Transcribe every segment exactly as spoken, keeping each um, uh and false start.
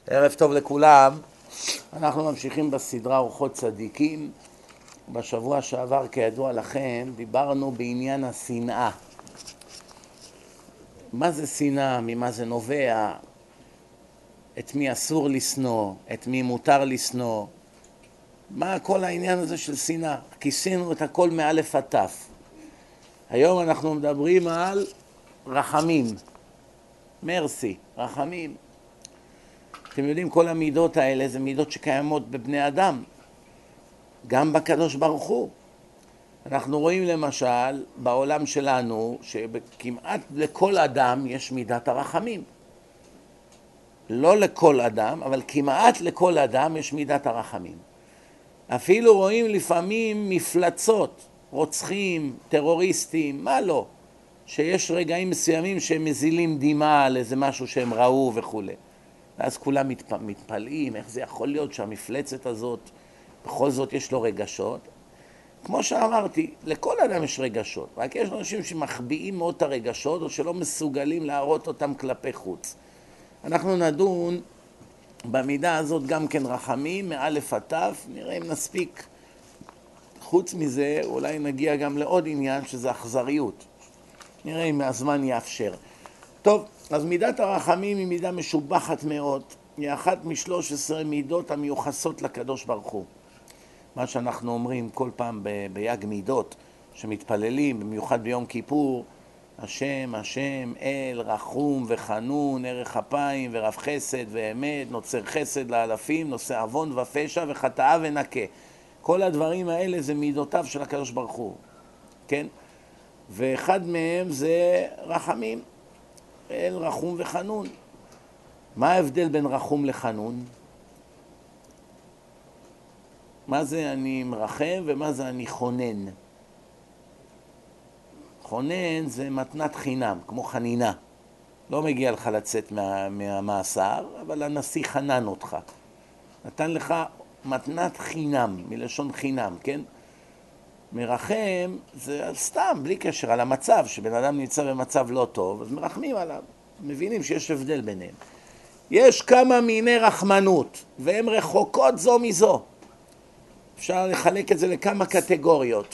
ערב טוב לכולם. אנחנו ממשיכים בסדרה אורחות צדיקים. בשבוע שעבר, כידוע לכם, דיברנו בעניין השנאה. מה זה שנאה? ממה זה נובע? את מי אסור לשנוא? את מי מותר לשנוא? מה כל העניין הזה של שנאה? כיסינו את הכל מאלף עד תף. היום אנחנו מדברים על רחמים. מרסי, רחמים. אתם יודעים, כל המידות האלה זה מידות שקיימות בבני אדם, גם בקדוש ברוך הוא. אנחנו רואים למשל בעולם שלנו שכמעט לכל אדם יש מידת הרחמים. לא לכל אדם, אבל כמעט לכל אדם יש מידת הרחמים. אפילו רואים לפעמים מפלצות, רוצחים, טרוריסטים, מה לא, שיש רגעים מסוימים שהם מזילים דמעה על איזה משהו שהם ראו וכו'. ואז כולם מתפ... מתפלאים, איך זה יכול להיות שהמפלצת הזאת, בכל זאת יש לו רגשות. כמו שאמרתי, לכל אדם יש רגשות, רק יש אנשים שמחביאים מאוד את הרגשות, או שלא מסוגלים להראות אותם כלפי חוץ. אנחנו נדון במידה הזאת גם כן רחמים, מאלף עד תף, נראה אם נספיק. חוץ מזה, אולי נגיע גם לעוד עניין, שזה אכזריות. נראה אם הזמן יאפשר. טוב, אז מידת הרחמים היא מידה משובחת מאוד, היא אחת משלוש עשרה מידות המיוחסות לקדוש ברוך הוא. מה שאנחנו אומרים כל פעם ב- ביג מידות, שמתפללים, במיוחד ביום כיפור, השם, השם, אל, רחום וחנון, ערך אפיים ורב חסד ואמת, נוצר חסד לאלפים, נושא עוון ופשע וחטאה ונקה. כל הדברים האלה זה מידותיו של הקדוש ברוך הוא, כן? ואחד מהם זה רחמים. אל, רחום וחנון. מה ההבדל בין רחום לחנון? מה זה אני מרחם ומה זה אני חונן? חונן זה מתנת חינם, כמו חנינה. לא מגיע לך לצאת מה, מהמאסר, אבל הנשיא חנן אותך. נתן לך מתנת חינם, מלשון חינם, כן? מרחם זה סתם, בלי קשר, על המצב, שבן אדם נמצא במצב לא טוב, אז מרחמים עליו, מבינים שיש הבדל ביניהם. יש כמה מיני רחמנות, והן רחוקות זו מזו. אפשר לחלק את זה לכמה קטגוריות.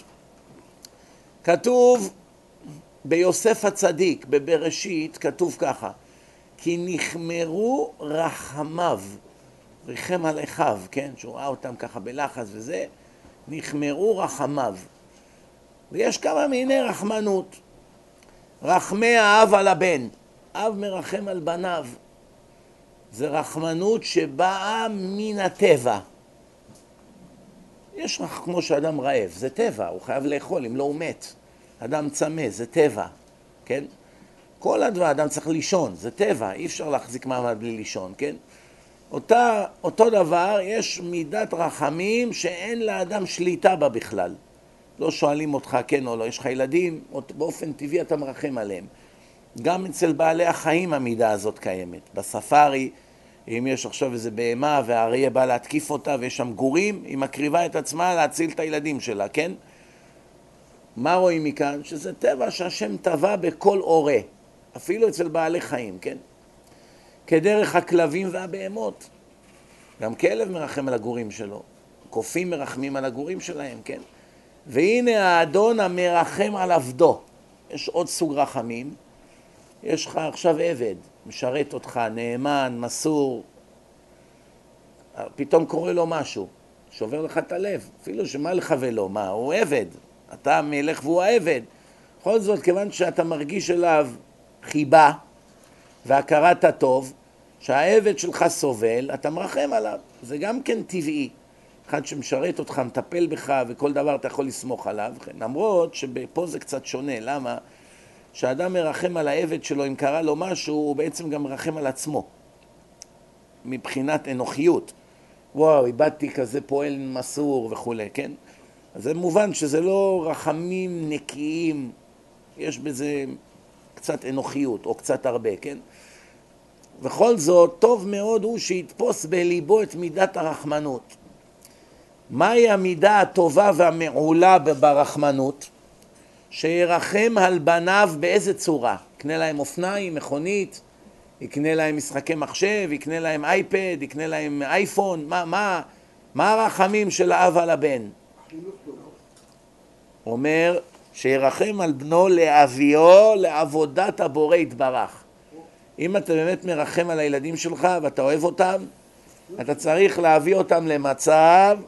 כתוב ביוסף הצדיק, בבראשית, כתוב ככה, כי נחמרו רחמיו, ריחם על אחיו, כן? שהוא ראה אותם ככה בלחץ וזה, נחמרו רחמיו. ויש כמה מיני רחמנות. רחמי האב על הבן. אב מרחם על בניו. זה רחמנות שבאה מן הטבע. יש רח כמו שאדם רעב, זה טבע, הוא חייב לאכול, אם לא הוא מת. אדם צמא, זה טבע, כן? כל הדבר, אדם צריך לישון, זה טבע, אי אפשר להחזיק מעמד בלי לישון, כן? אותה, אותו דבר, יש מידת רחמים שאין לאדם שליטה בה בכלל. לא שואלים אותך כן או לא, יש לך ילדים, באופן טבעי אתה מרחם עליהם. גם אצל בעלי החיים המידה הזאת קיימת. בספארי, אם יש עכשיו איזה בהמה והאריה בא להתקיף אותה ויש שם גורים, היא מקריבה את עצמה להציל את הילדים שלה, כן? מה רואים מכאן? שזה טבע שהשם טבע בכל אורה, אפילו אצל בעלי חיים, כן? כדרך הכלבים והבהמות. גם כלב מרחם על הגורים שלו, קופים מרחמים על הגורים שלהם, כן? והנה האדון המרחם על עבדו. יש עוד סוג רחמים. יש לך עכשיו עבד, משרת אותך, נאמן, מסור. פתאום קורה לו משהו, שובר לך את הלב. אפילו שמה לך ולא, מה? הוא עבד. אתה מלך והוא העבד. בכל זאת, כיוון שאתה מרגיש אליו חיבה והכרת הטוב, שהעבד שלך סובל, אתה מרחם עליו. זה גם כן טבעי. אחד שמשרת אותך, מטפל בך, וכל דבר אתה יכול לסמוך עליו. למרות שפה זה קצת שונה. למה? שהאדם מרחם על העבד שלו, אם קרה לו משהו, הוא בעצם גם מרחם על עצמו. מבחינת אנוכיות. וואו, איבדתי כזה פועל מסור וכו', כן? אז זה מובן שזה לא רחמים נקיים. יש בזה קצת אנוכיות, או קצת הרבה, כן? וכל זאת, טוב מאוד הוא שיתפוס בליבו את מידת הרחמנות. מהי המידה הטובה והמעולה ברחמנות? שירחם על בניו באיזה צורה? קנה להם אופניים, מכונית, יקנה להם משחקי מחשב, יקנה להם אייפד, יקנה להם אייפון, מה, מה, מה הרחמים של האב על הבן? אומר שירחם על בנו לאביו לעבודת הבורא יתברך. אם אתה באמת מרחם על הילדים שלך ואתה אוהב אותם, אתה צריך להביא אותם למצב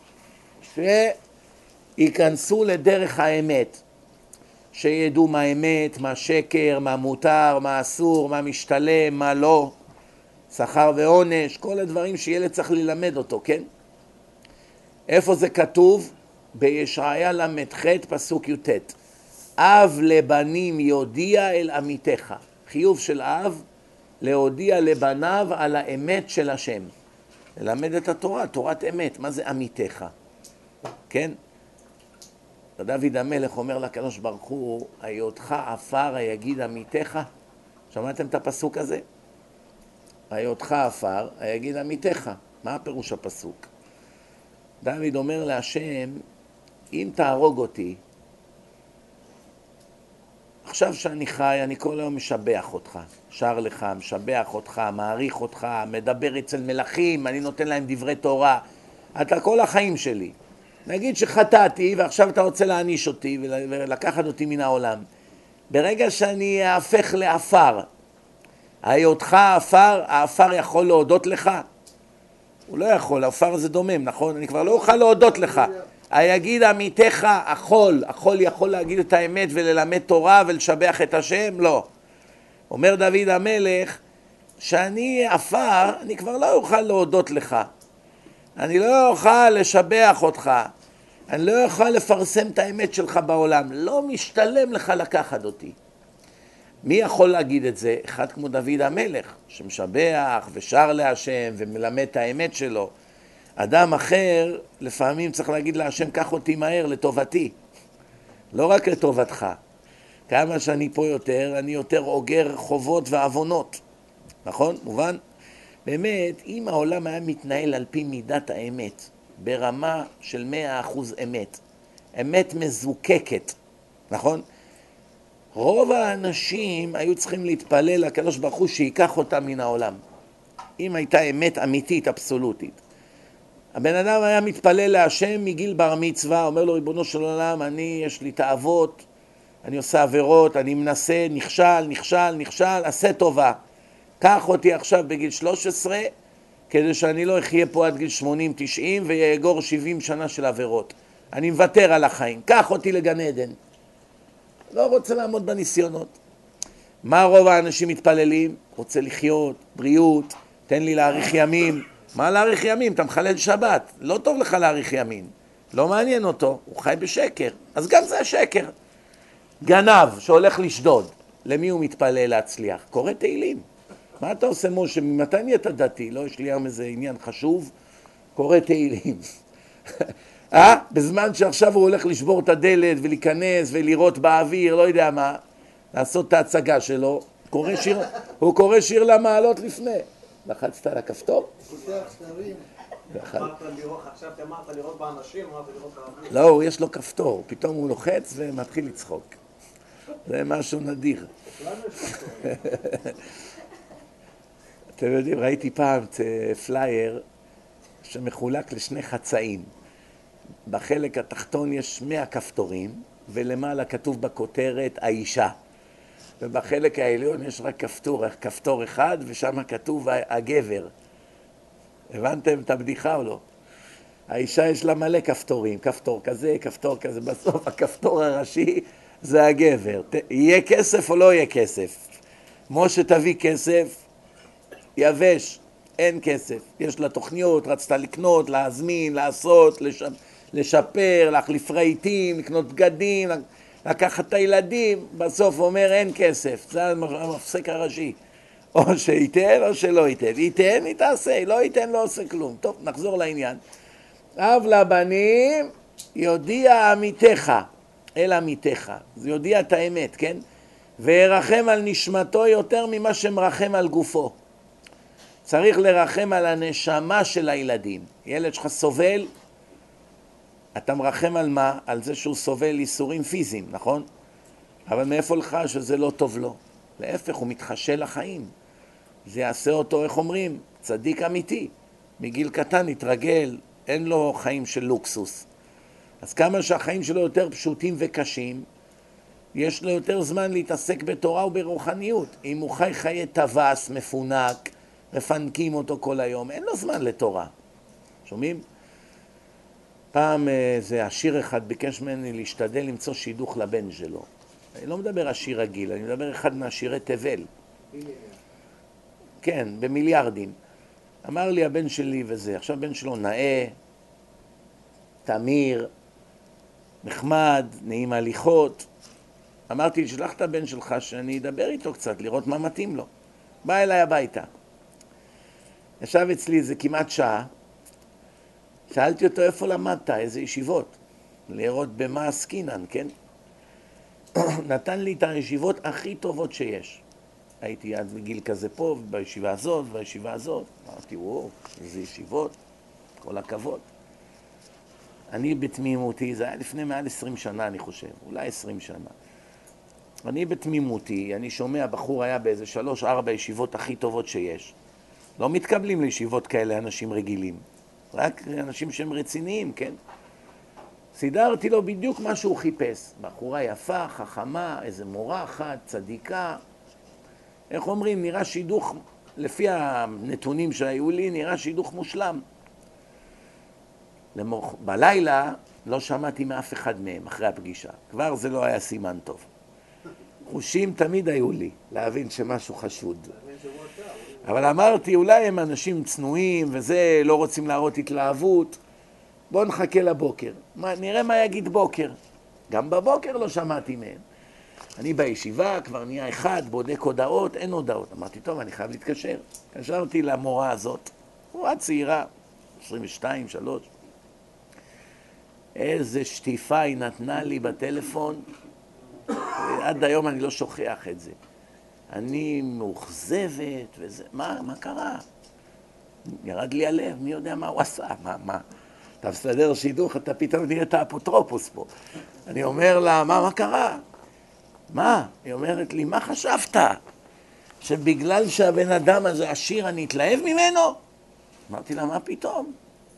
שייכנסו לדרך האמת, שידעו מה אמת, מה שקר, מה מותר, מה אסור, מה משתלם, מה לא, שכר ועונש, כל הדברים שילד צריך ללמד אותו, כן? איפה זה כתוב? בישעיה למ"ח פסוק י"ט. אב לבנים יודיע אל עמיתך. חיוב של אב להודיע לבניו על האמת של השם. ללמד את התורה, תורת אמת. מה זה עמיתך? כן? דוד המלך אומר לקדוש ברוך הוא, היותך עפר היגיד עמיתך. שמעתם את הפסוק הזה? היותך עפר היגיד עמיתך. מה הפירוש הפסוק? דוד אומר להשם, אם תהרוג אותי, עכשיו שאני חי, אני כל היום משבח אותך, שר לך, משבח אותך, מעריך אותך, מדבר אצל מלכים, אני נותן להם דברי תורה, אתה כל החיים שלי. נגיד שחטאתי ועכשיו אתה רוצה להעניש אותי ולקחת אותי מן העולם. ברגע שאני אהפך לעפר, היותך עפר, העפר יכול להודות לך? הוא לא יכול, העפר זה דומם, נכון? אני כבר לא אוכל להודות לך. היגיד עמיתך, החול, החול יכול להגיד את האמת וללמד תורה ולשבח את השם? לא. אומר דוד המלך, שאני עפר, אני כבר לא אוכל להודות לך. אני לא אוכל לשבח אותך. אני לא אוכל לפרסם את האמת שלך בעולם. לא משתלם לך לקחת אותי. מי יכול להגיד את זה? אחד כמו דוד המלך, שמשבח ושר להשם ומלמד את האמת שלו. אדם אחר, לפעמים צריך להגיד להשם, קח אותי מהר לטובתי. לא רק לטובתך. כמה שאני פה יותר, אני יותר אוגר חובות ועוונות. נכון? מובן? באמת, אם העולם היה מתנהל על פי מידת האמת, ברמה של מאה אחוז אמת, אמת מזוקקת, נכון? רוב האנשים היו צריכים להתפלל לקדוש ברוך הוא שיקח אותם מן העולם. אם הייתה אמת אמיתית, אבסולוטית. הבן אדם היה מתפלל להשם מגיל בר מצווה, אומר לו ריבונו של עולם, אני יש לי תאוות, אני עושה עבירות, אני מנסה, נכשל, נכשל, נכשל, עשה טובה. קח אותי עכשיו בגיל שלוש עשרה, כדי שאני לא אחיה פה עד גיל שמונים תשעים ויאגור שבעים שנה של עבירות. אני מוותר על החיים, קח אותי לגן עדן. לא רוצה לעמוד בניסיונות. מה רוב האנשים מתפללים? רוצה לחיות, בריאות, תן לי להאריך ימים. מה להאריך ימים? אתה מחלל שבת. לא טוב לך להאריך ימים. לא מעניין אותו, הוא חי בשקר. אז גם זה שקר. גנב שהולך לשדוד, למי הוא מתפלל להצליח? קורא תהילים. מה אתה עושה משה? ממתי נהיית דתי? לא, יש לי היום איזה עניין חשוב. קורא תהילים. אה? בזמן שעכשיו הוא הולך לשבור את הדלת ולהיכנס ולראות באוויר, לא יודע מה, לעשות את ההצגה שלו, קורא שיר, הוא קורא שיר למעלות לפני. לחצת על הכפתור? אמרת לראות, עכשיו אמרת לראות באנשים, אמרת לראות באוויר. לא, הוא יש לו כפתור, פתאום הוא לוחץ ומתחיל לצחוק. זה משהו נדיר. אתם יודעים, ראיתי פעם פלייר שמחולק לשני חצאים. בחלק התחתון יש מאה כפתורים, ולמעלה כתוב בכותרת האישה. ובחלק העליון יש רק כפתור, כפתור אחד, ושם כתוב הגבר. הבנתם את הבדיחה או לא? האישה יש לה מלא כפתורים, כפתור כזה, כפתור כזה, בסוף הכפתור הראשי זה הגבר. יהיה כסף או לא יהיה כסף? משה תביא כסף, יבש, אין כסף. יש לה תוכניות, רצתה לקנות, להזמין, לעשות, לשפ... לשפר, להחליף רהיטים, לקנות בגדים, לקחת את הילדים, בסוף אומר אין כסף. זה המפסק הראשי. או שייתן או שלא ייתן. ייתן, היא תעשה, לא ייתן, לא עושה כלום. טוב, נחזור לעניין. אב לבנים יודיע עמיתך, אל עמיתך. זה יודיע את האמת, כן? וירחם על נשמתו יותר ממה שמרחם על גופו. צריך לרחם על הנשמה של הילדים. ילד שלך סובל, אתה מרחם על מה? על זה שהוא סובל איסורים פיזיים, נכון? אבל מאיפה לך שזה לא טוב לו? להפך, הוא מתחשל לחיים. זה יעשה אותו, איך אומרים, צדיק אמיתי. מגיל קטן התרגל, אין לו חיים של לוקסוס. אז כמה שהחיים שלו יותר פשוטים וקשים, יש לו יותר זמן להתעסק בתורה וברוחניות. אם הוא חי חיי טווס, מפונק, מפנקים אותו כל היום, אין לו זמן לתורה. שומעים? פעם זה עשיר אחד ביקש ממני להשתדל למצוא שידוך לבן שלו. אני לא מדבר עשיר רגיל, אני מדבר אחד מעשירי תבל. כן, במיליארדים. אמר לי הבן שלי וזה, עכשיו בן שלו נאה, תמיר, נחמד, נעים הליכות. אמרתי, שלח את הבן שלך שאני אדבר איתו קצת, לראות מה מתאים לו. בא אליי הביתה. ישב אצלי איזה כמעט שעה, שאלתי אותו איפה למדת, איזה ישיבות, לראות במה עסקינן, כן? נתן לי את הישיבות הכי טובות שיש. הייתי עד בגיל כזה פה, בישיבה הזאת, בישיבה הזאת. אמרתי, וואו, איזה ישיבות, כל הכבוד. אני בתמימותי, זה היה לפני מעל עשרים שנה, אני חושב, אולי עשרים שנה. אני בתמימותי, אני שומע, בחור היה באיזה שלוש, ארבע ישיבות הכי טובות שיש. לא מתקבלים לישיבות כאלה אנשים רגילים. רק אנשים שהם רציניים, כן? סידרתי לו בדיוק מה שהוא חיפש. בחורה יפה, חכמה, איזה מורה אחת, צדיקה. איך אומרים? נראה שידוך, לפי הנתונים שהיו לי, נראה שידוך מושלם. למוח... בלילה לא שמעתי מאף אחד מהם אחרי הפגישה. כבר זה לא היה סימן טוב. חושים תמיד היו לי, להבין שמשהו חשוד. אבל אמרתי, אולי הם אנשים צנועים וזה, לא רוצים להראות התלהבות. בואו נחכה לבוקר. מה, נראה מה יגיד בוקר. גם בבוקר לא שמעתי מהם. אני בישיבה, כבר נהיה אחד, בודק הודעות, אין הודעות. אמרתי, טוב, אני חייב להתקשר. קשרתי למורה הזאת. מורה צעירה, עשרים ושתיים, שלוש. איזה שטיפה היא נתנה לי בטלפון. עד היום אני לא שוכח את זה. אני מאוכזבת וזה, מה, מה קרה? ירד לי הלב, מי יודע מה הוא עשה, מה, מה? אתה מסדר שידוך, אתה פתאום נהיית האפוטרופוס פה. אני אומר לה, מה, מה קרה? מה? היא אומרת לי, מה חשבת? שבגלל שהבן אדם הזה עשיר אני אתלהב ממנו? אמרתי לה, מה פתאום?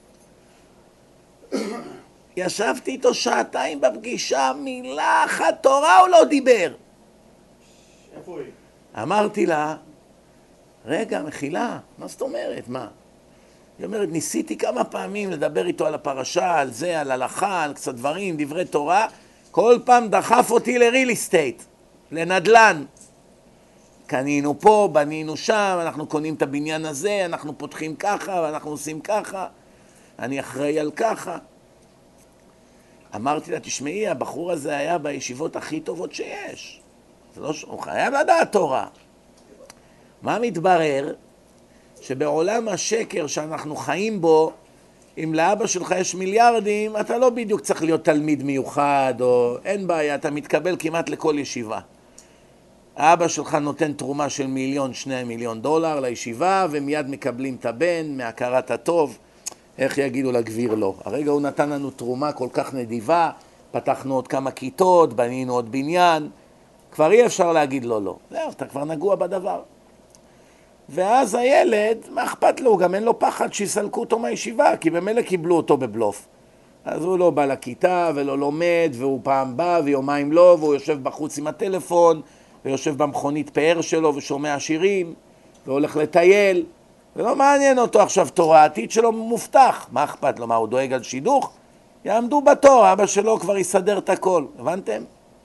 ישבתי איתו שעתיים בפגישה, מילה אחת תורה הוא לא דיבר. איפה היא? אמרתי לה, רגע, מחילה, מה זאת אומרת, מה? היא אומרת, ניסיתי כמה פעמים לדבר איתו על הפרשה, על זה, על הלכה, על קצת דברים, דברי תורה, כל פעם דחף אותי לריל אסטייט, לנדלן. קנינו פה, בנינו שם, אנחנו קונים את הבניין הזה, אנחנו פותחים ככה, ואנחנו עושים ככה, אני אחראי על ככה. אמרתי לה, תשמעי, הבחור הזה היה בישיבות הכי טובות שיש. זה לא ש... הוא חייב לדעת תורה. מה מתברר? שבעולם השקר שאנחנו חיים בו, אם לאבא שלך יש מיליארדים, אתה לא בדיוק צריך להיות תלמיד מיוחד, או אין בעיה, אתה מתקבל כמעט לכל ישיבה. האבא שלך נותן תרומה של מיליון, שני מיליון דולר לישיבה, ומיד מקבלים את הבן מהכרת הטוב. איך יגידו לגביר לא? הרגע הוא נתן לנו תרומה כל כך נדיבה, פתחנו עוד כמה כיתות, בנינו עוד בניין, כבר אי אפשר להגיד לו לא. זהו, אתה כבר נגוע בדבר. ואז הילד, מה אכפת לו? גם אין לו פחד שיסלקו אותו מהישיבה, כי במילא קיבלו אותו בבלוף. אז הוא לא בא לכיתה ולא לומד, והוא פעם בא ויומיים לא, והוא יושב בחוץ עם הטלפון, ויושב במכונית פאר שלו ושומע שירים, והולך לטייל. ולא מעניין אותו עכשיו תורה, העתיד שלו מובטח. מה אכפת לו? מה, הוא דואג על שידוך? יעמדו בתור, אבא שלו כבר יסדר את הכל. הבנתם?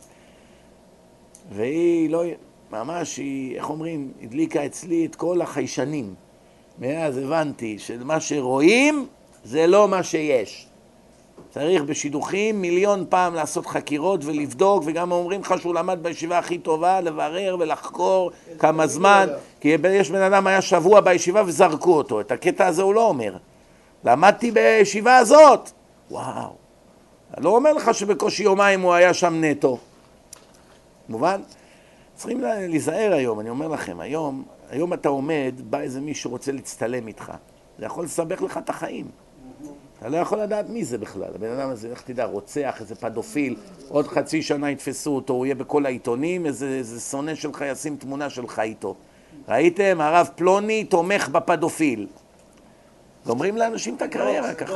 והיא לא... ממש, היא, איך אומרים, הדליקה אצלי את כל החיישנים. מאז הבנתי שמה שרואים זה לא מה שיש. צריך בשידוכים מיליון פעם לעשות חקירות ולבדוק, וגם אומרים לך שהוא למד בישיבה הכי טובה, לברר ולחקור כמה זמן, כי יש בן אדם היה שבוע בישיבה וזרקו אותו. את הקטע הזה הוא לא אומר. למדתי בישיבה הזאת. וואו. אני לא אומר לך שבקושי יומיים הוא היה שם נטו. מובן? צריכים להיזהר היום, אני אומר לכם, היום, היום אתה עומד, בא איזה מישהו רוצה להצטלם איתך. זה יכול לסבך לך את החיים. אתה לא יכול לדעת מי זה בכלל. הבן אדם הזה, איך תדע, רוצח, איזה פדופיל, עוד חצי שנה יתפסו אותו, הוא יהיה בכל העיתונים, איזה, איזה שונא שלך ישים תמונה שלך איתו. ראיתם? הרב פלוני תומך בפדופיל. גומרים לאנשים את הקריירה ככה.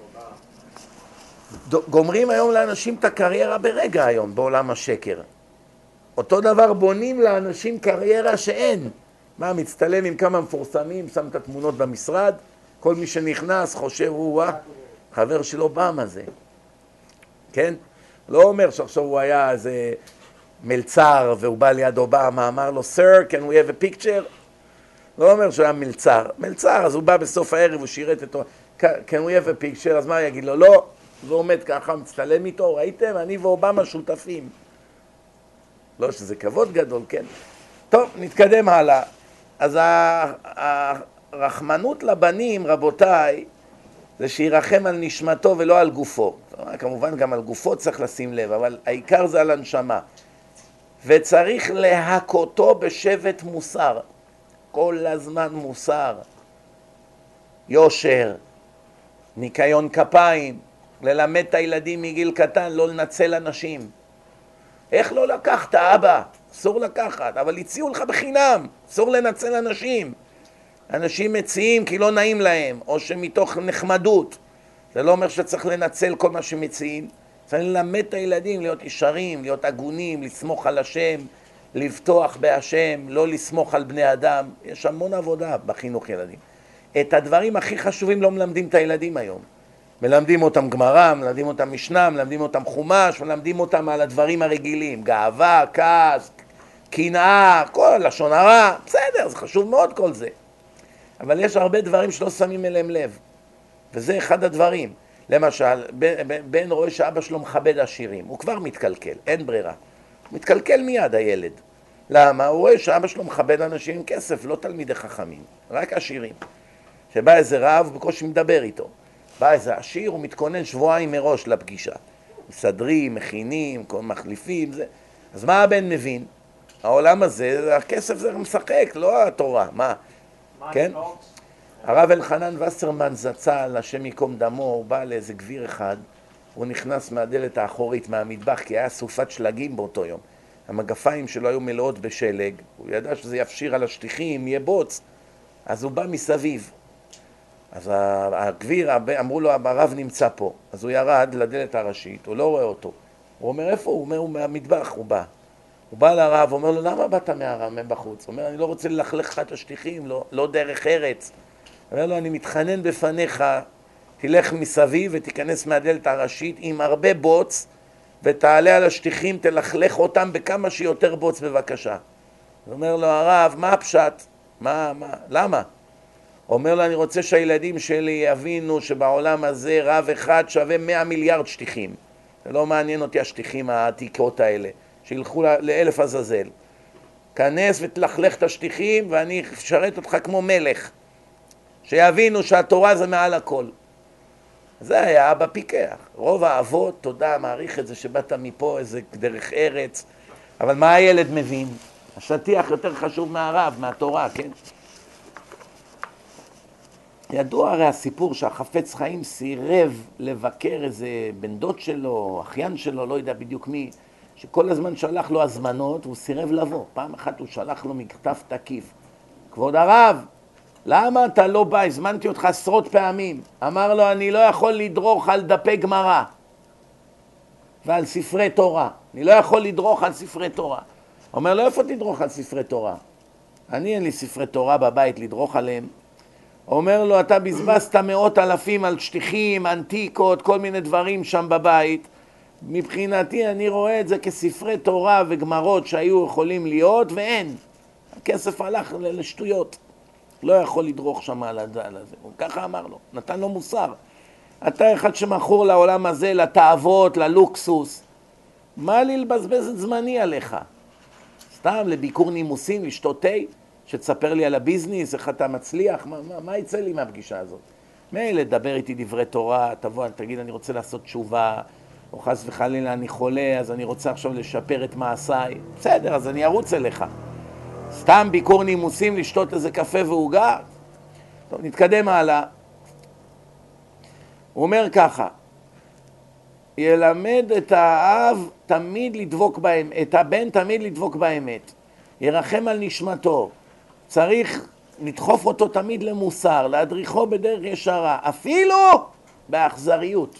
גומרים היום לאנשים את הקריירה ברגע היום, בעולם השקר. אותו דבר בונים לאנשים קריירה שאין. מה, מצטלם עם כמה מפורסמים, שם את התמונות במשרד, כל מי שנכנס חושב הוא חבר של אובמה זה. כן? לא אומר שעכשיו הוא היה איזה מלצר והוא בא ליד אובמה, אמר לו, Sir, can we have a picture? לא אומר שהוא היה מלצר. מלצר, אז הוא בא בסוף הערב, הוא שירת אותו, can we have a picture? אז מה יגיד לו? לא. הוא עומד ככה, מצטלם איתו, ראיתם? אני ואובמה שותפים. לא שזה כבוד גדול, כן? טוב, נתקדם הלאה. אז הרחמנות לבנים, רבותיי, זה שירחם על נשמתו ולא על גופו. כמובן גם על גופו צריך לשים לב, אבל העיקר זה על הנשמה. וצריך להכותו בשבט מוסר. כל הזמן מוסר. יושר, ניקיון כפיים, ללמד את הילדים מגיל קטן, לא לנצל אנשים. איך לא לקחת, אבא? אסור לקחת, אבל הציעו לך בחינם, אסור לנצל אנשים. אנשים מציעים כי לא נעים להם, או שמתוך נחמדות. זה לא אומר שצריך לנצל כל מה שמציעים. צריך ללמד את הילדים להיות ישרים, להיות הגונים, לסמוך על השם, לבטוח בהשם, לא לסמוך על בני אדם. יש המון עבודה בחינוך ילדים. את הדברים הכי חשובים לא מלמדים את הילדים היום. מלמדים אותם גמרא, מלמדים אותם משנה, מלמדים אותם חומש, מלמדים אותם על הדברים הרגילים. גאווה, כעס, קנאה, כל לשון הרע. בסדר, זה חשוב מאוד כל זה. אבל יש הרבה דברים שלא שמים אליהם לב. וזה אחד הדברים. למשל, בן רואה שאבא שלו מכבד עשירים. הוא כבר מתקלקל, אין ברירה. הוא מתקלקל מיד הילד. למה? הוא רואה שאבא שלו מכבד אנשים עם כסף, לא תלמידי חכמים, רק עשירים. שבא איזה רב, בקושי מדבר איתו. בא איזה עשיר, הוא מתכונן שבועיים מראש לפגישה. מסדרים, מכינים, מחליפים, זה. אז מה הבן מבין? העולם הזה, הכסף זה משחק, לא התורה. מה? כן? הרב אלחנן וסרמן זצ"ל, השם ייקום דמו, הוא בא לאיזה גביר אחד, הוא נכנס מהדלת האחורית, מהמטבח, כי היה סופת שלגים באותו יום. המגפיים שלו היו מלאות בשלג, הוא ידע שזה יפשיר על השטיחים, יהיה בוץ, אז הוא בא מסביב. אז הגביר, אמרו לו, הרב נמצא פה, אז הוא ירד לדלת הראשית, הוא לא רואה אותו. הוא אומר, איפה? הוא אומר, הוא מהמטבח, הוא בא. הוא בא לרב, הוא אומר לו, למה באת מהרב מבחוץ? הוא אומר, אני לא רוצה ללכלך לך את השטיחים, לא, לא דרך ארץ. הוא אומר לו, אני מתחנן בפניך, תלך מסביב ותיכנס מהדלת הראשית עם הרבה בוץ, ותעלה על השטיחים, תלכלך אותם בכמה שיותר בוץ בבקשה. הוא אומר לו, הרב, מה הפשט? מה, מה, למה? הוא אומר לו, אני רוצה שהילדים שלי יבינו שבעולם הזה רב אחד שווה מאה מיליארד שטיחים. זה לא מעניין אותי השטיחים העתיקות האלה, שילכו לאלף עזאזל. כנס ותלכלך את השטיחים ואני אשרת אותך כמו מלך. שיבינו שהתורה זה מעל הכל. זה היה אבא פיקח. רוב האבות, תודה, מעריך את זה שבאת מפה איזה דרך ארץ. אבל מה הילד מבין? השטיח יותר חשוב מהרב, מהתורה, כן? ידוע הרי הסיפור שהחפץ חיים סירב לבקר איזה בן דוד שלו, אחיין שלו, לא יודע בדיוק מי, שכל הזמן שלח לו הזמנות והוא סירב לבוא. פעם אחת הוא שלח לו מכתב תקיף. כבוד הרב, למה אתה לא בא? הזמנתי אותך עשרות פעמים. אמר לו, אני לא יכול לדרוך על דפי גמרא ועל ספרי תורה. אני לא יכול לדרוך על ספרי תורה. אומר לו, איפה תדרוך על ספרי תורה? אני אין לי ספרי תורה בבית לדרוך עליהם. אומר לו, אתה בזבזת מאות אלפים על שטיחים, אנטיקות, כל מיני דברים שם בבית. מבחינתי אני רואה את זה כספרי תורה וגמרות שהיו יכולים להיות, ואין. הכסף הלך לשטויות. לא יכול לדרוך שם על הזה. הוא ככה אמר לו, נתן לו מוסר. אתה אחד שמכור לעולם הזה, לתאוות, ללוקסוס. מה לי לבזבז את זמני עליך? סתם לביקור נימוסים, לשתות תה, שתספר לי על הביזניס, איך אתה מצליח, מה, מה, מה יצא לי מהפגישה הזאת? מילא, דבר איתי דברי תורה, תבוא, תגיד, אני רוצה לעשות תשובה, או חס וחלילה אני חולה, אז אני רוצה עכשיו לשפר את מעשיי. בסדר, אז אני ארוץ אליך. סתם ביקור נימוסים, לשתות איזה קפה והוגה? טוב, נתקדם הלאה. הוא אומר ככה, ילמד את האב תמיד לדבוק בהם, את הבן תמיד לדבוק באמת. ירחם על נשמתו. צריך לדחוף אותו תמיד למוסר, להדריכו בדרך ישרה, אפילו באכזריות,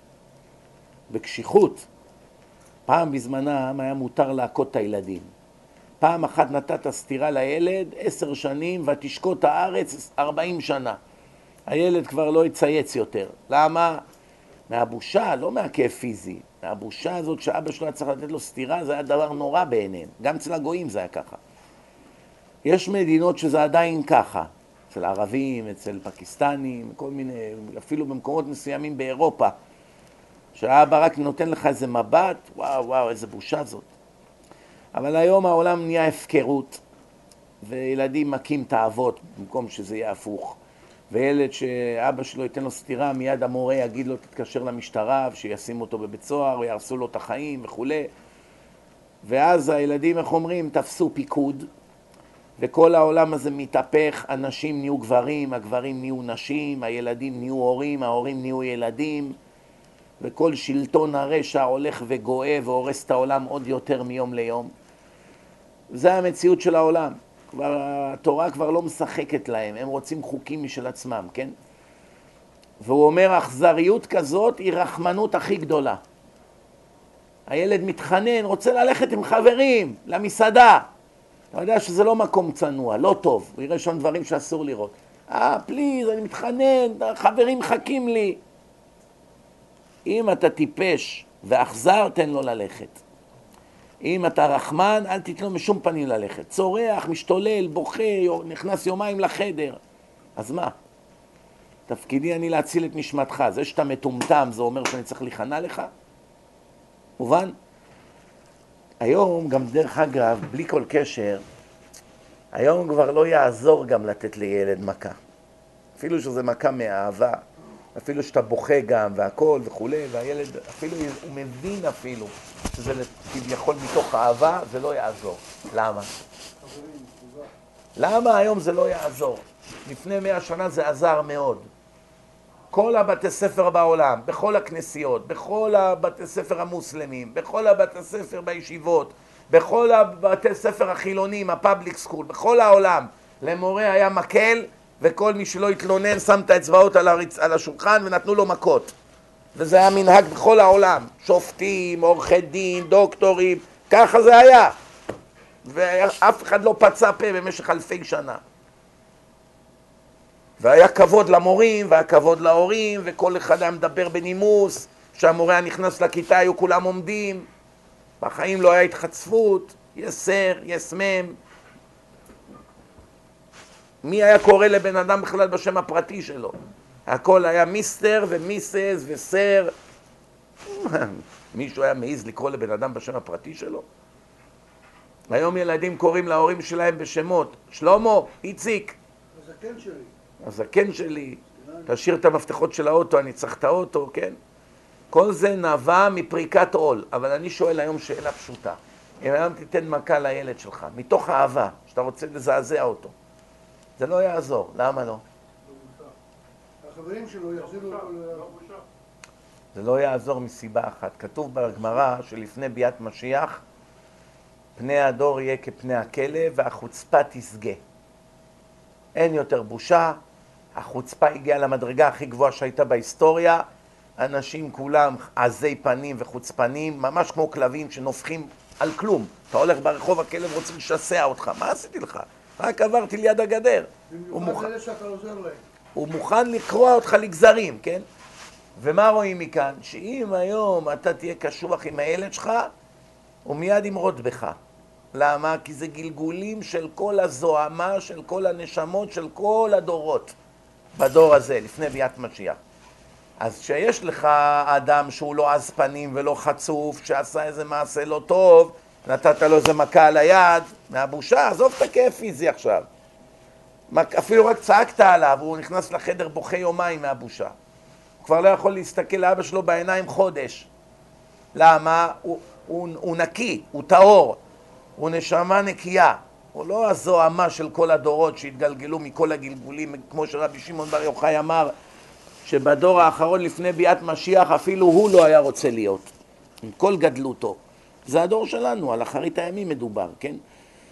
בקשיחות. פעם בזמנם היה מותר להכות את הילדים. פעם אחת נתת סתירה לילד, עשר שנים, ותשקוט הארץ ארבעים שנה. הילד כבר לא יצייץ יותר. למה? מהבושה, לא מהכאב פיזי. מהבושה הזאת שאבא שלו היה צריך לתת לו סתירה, זה היה דבר נורא בעיניהם. גם אצל הגויים זה היה ככה. יש מדינות שזה עדיין ככה. אצל הערבים, אצל פקיסטנים, כל מיני, אפילו במקומות מסוימים באירופה. שהאבא רק נותן לך איזה מבט, וואו וואו, איזה בושה זאת. אבל היום העולם נהיה הפקרות, וילדים מכים את האבות במקום שזה יהיה הפוך. וילד שאבא שלו ייתן לו סתירה, מיד המורה יגיד לו תתקשר למשטרה, ושישים אותו בבית סוהר, וירסו לו את החיים וכו'. ואז הילדים, איך אומרים, תפסו פיקוד, וכל העולם הזה מתהפך, הנשים נהיו גברים, הגברים נהיו נשים, הילדים נהיו הורים, ההורים נהיו ילדים, וכל שלטון הרשע הולך וגואה והורס את העולם עוד יותר מיום ליום. זה המציאות של העולם. כבר, התורה כבר לא משחקת להם, הם רוצים חוקים משל עצמם, כן? והוא אומר, אכזריות כזאת היא רחמנות הכי גדולה. הילד מתחנן, רוצה ללכת עם חברים, למסעדה. אתה יודע שזה לא מקום צנוע, לא טוב. הוא יראה שם דברים שאסור לראות. אה, פליז, אני מתחנן, חברים מחכים לי. אם אתה טיפש ואכזר, תן לו ללכת. אם אתה רחמן, אל תתנו משום פנים ללכת. צורח, משתולל, בוכה, נכנס יומיים לחדר. אז מה? תפקידי אני להציל את נשמתך. זה שאתה מטומטם, זה אומר שאני צריך להיכנע לך? מובן? היום, גם דרך אגב, בלי כל קשר, היום כבר לא יעזור גם לתת לילד מכה. אפילו שזה מכה מאהבה, אפילו שאתה בוכה גם והכל וכו', והילד אפילו, הוא מבין אפילו שזה כביכול מתוך אהבה, זה לא יעזור. למה? למה היום זה לא יעזור? לפני מאה שנה זה עזר מאוד. כל הבתי ספר בעולם, בכל הכנסיות, בכל הבתי ספר המוסלמים, בכל הבתי ספר בישיבות, בכל הבתי ספר החילונים, הפאבליק סקול, בכל העולם, למורה היה מקל, וכל מי שלא התלונן שם את האצבעות על, הרצ... על השולחן ונתנו לו מכות. וזה היה מנהג בכל העולם, שופטים, עורכי דין, דוקטורים, ככה זה היה. ואף אחד לא פצע פה במשך אלפי שנה. והיה כבוד למורים, והיה כבוד להורים, וכל אחד היה מדבר בנימוס, כשהמורה היה נכנס לכיתה היו כולם עומדים, בחיים לא היה התחצפות, יסר, יסמם. מי היה קורא לבן אדם בכלל בשם הפרטי שלו? הכל היה מיסטר ומיסס וסר. מישהו היה מעיז לקרוא לבן אדם בשם הפרטי שלו? היום ילדים קוראים להורים שלהם בשמות. שלמה, איציק. הזקן שלי. הזקן שלי. תשאיר את המפתחות של האוטו, אני צריך את האוטו, כן? כל זה נבע מפריקת עול. אבל אני שואל היום שאלה פשוטה. אם היום תיתן מכה לילד שלך, מתוך אהבה, שאתה רוצה לזעזע אותו, זה לא יעזור. למה לא? החברים שלו יחזירו אותו לבושה. זה לא יעזור מסיבה אחת. כתוב בגמרא שלפני ביאת משיח, פני הדור יהיה כפני הכלב והחוצפה תסגה. אין יותר בושה, החוצפה הגיעה למדרגה הכי גבוהה שהייתה בהיסטוריה, אנשים כולם עזי פנים וחוצפנים, ממש כמו כלבים שנופחים על כלום. אתה הולך ברחוב, הכלב רוצה לשסע אותך, מה עשיתי לך? רק עברתי ליד הגדר. במיוחד אלה שאתה עוזר להם. הוא מוכן לקרוע אותך לגזרים, כן? ומה רואים מכאן? שאם היום אתה תהיה קשוח עם הילד שלך, הוא מיד ימרוד בך. למה? כי זה גלגולים של כל הזוהמה, של כל הנשמות, של כל הדורות בדור הזה, לפני ביאת משיח. אז שיש לך אדם שהוא לא עז פנים ולא חצוף, שעשה איזה מעשה לא טוב, נתת לו איזה מכה על היד, מהבושה, עזוב את הכאב פיזי עכשיו. אפילו רק צעקת עליו, הוא נכנס לחדר בוכה יומיים מהבושה. הוא כבר לא יכול להסתכל לאבא שלו בעיניים חודש. למה? הוא, הוא, הוא נקי, הוא טהור, הוא נשמה נקייה. הוא לא הזוהמה של כל הדורות שהתגלגלו מכל הגלגולים, כמו שרבי שמעון בר יוחאי אמר, שבדור האחרון לפני ביאת משיח אפילו הוא לא היה רוצה להיות, עם כל גדלותו. זה הדור שלנו, על אחרית הימים מדובר, כן?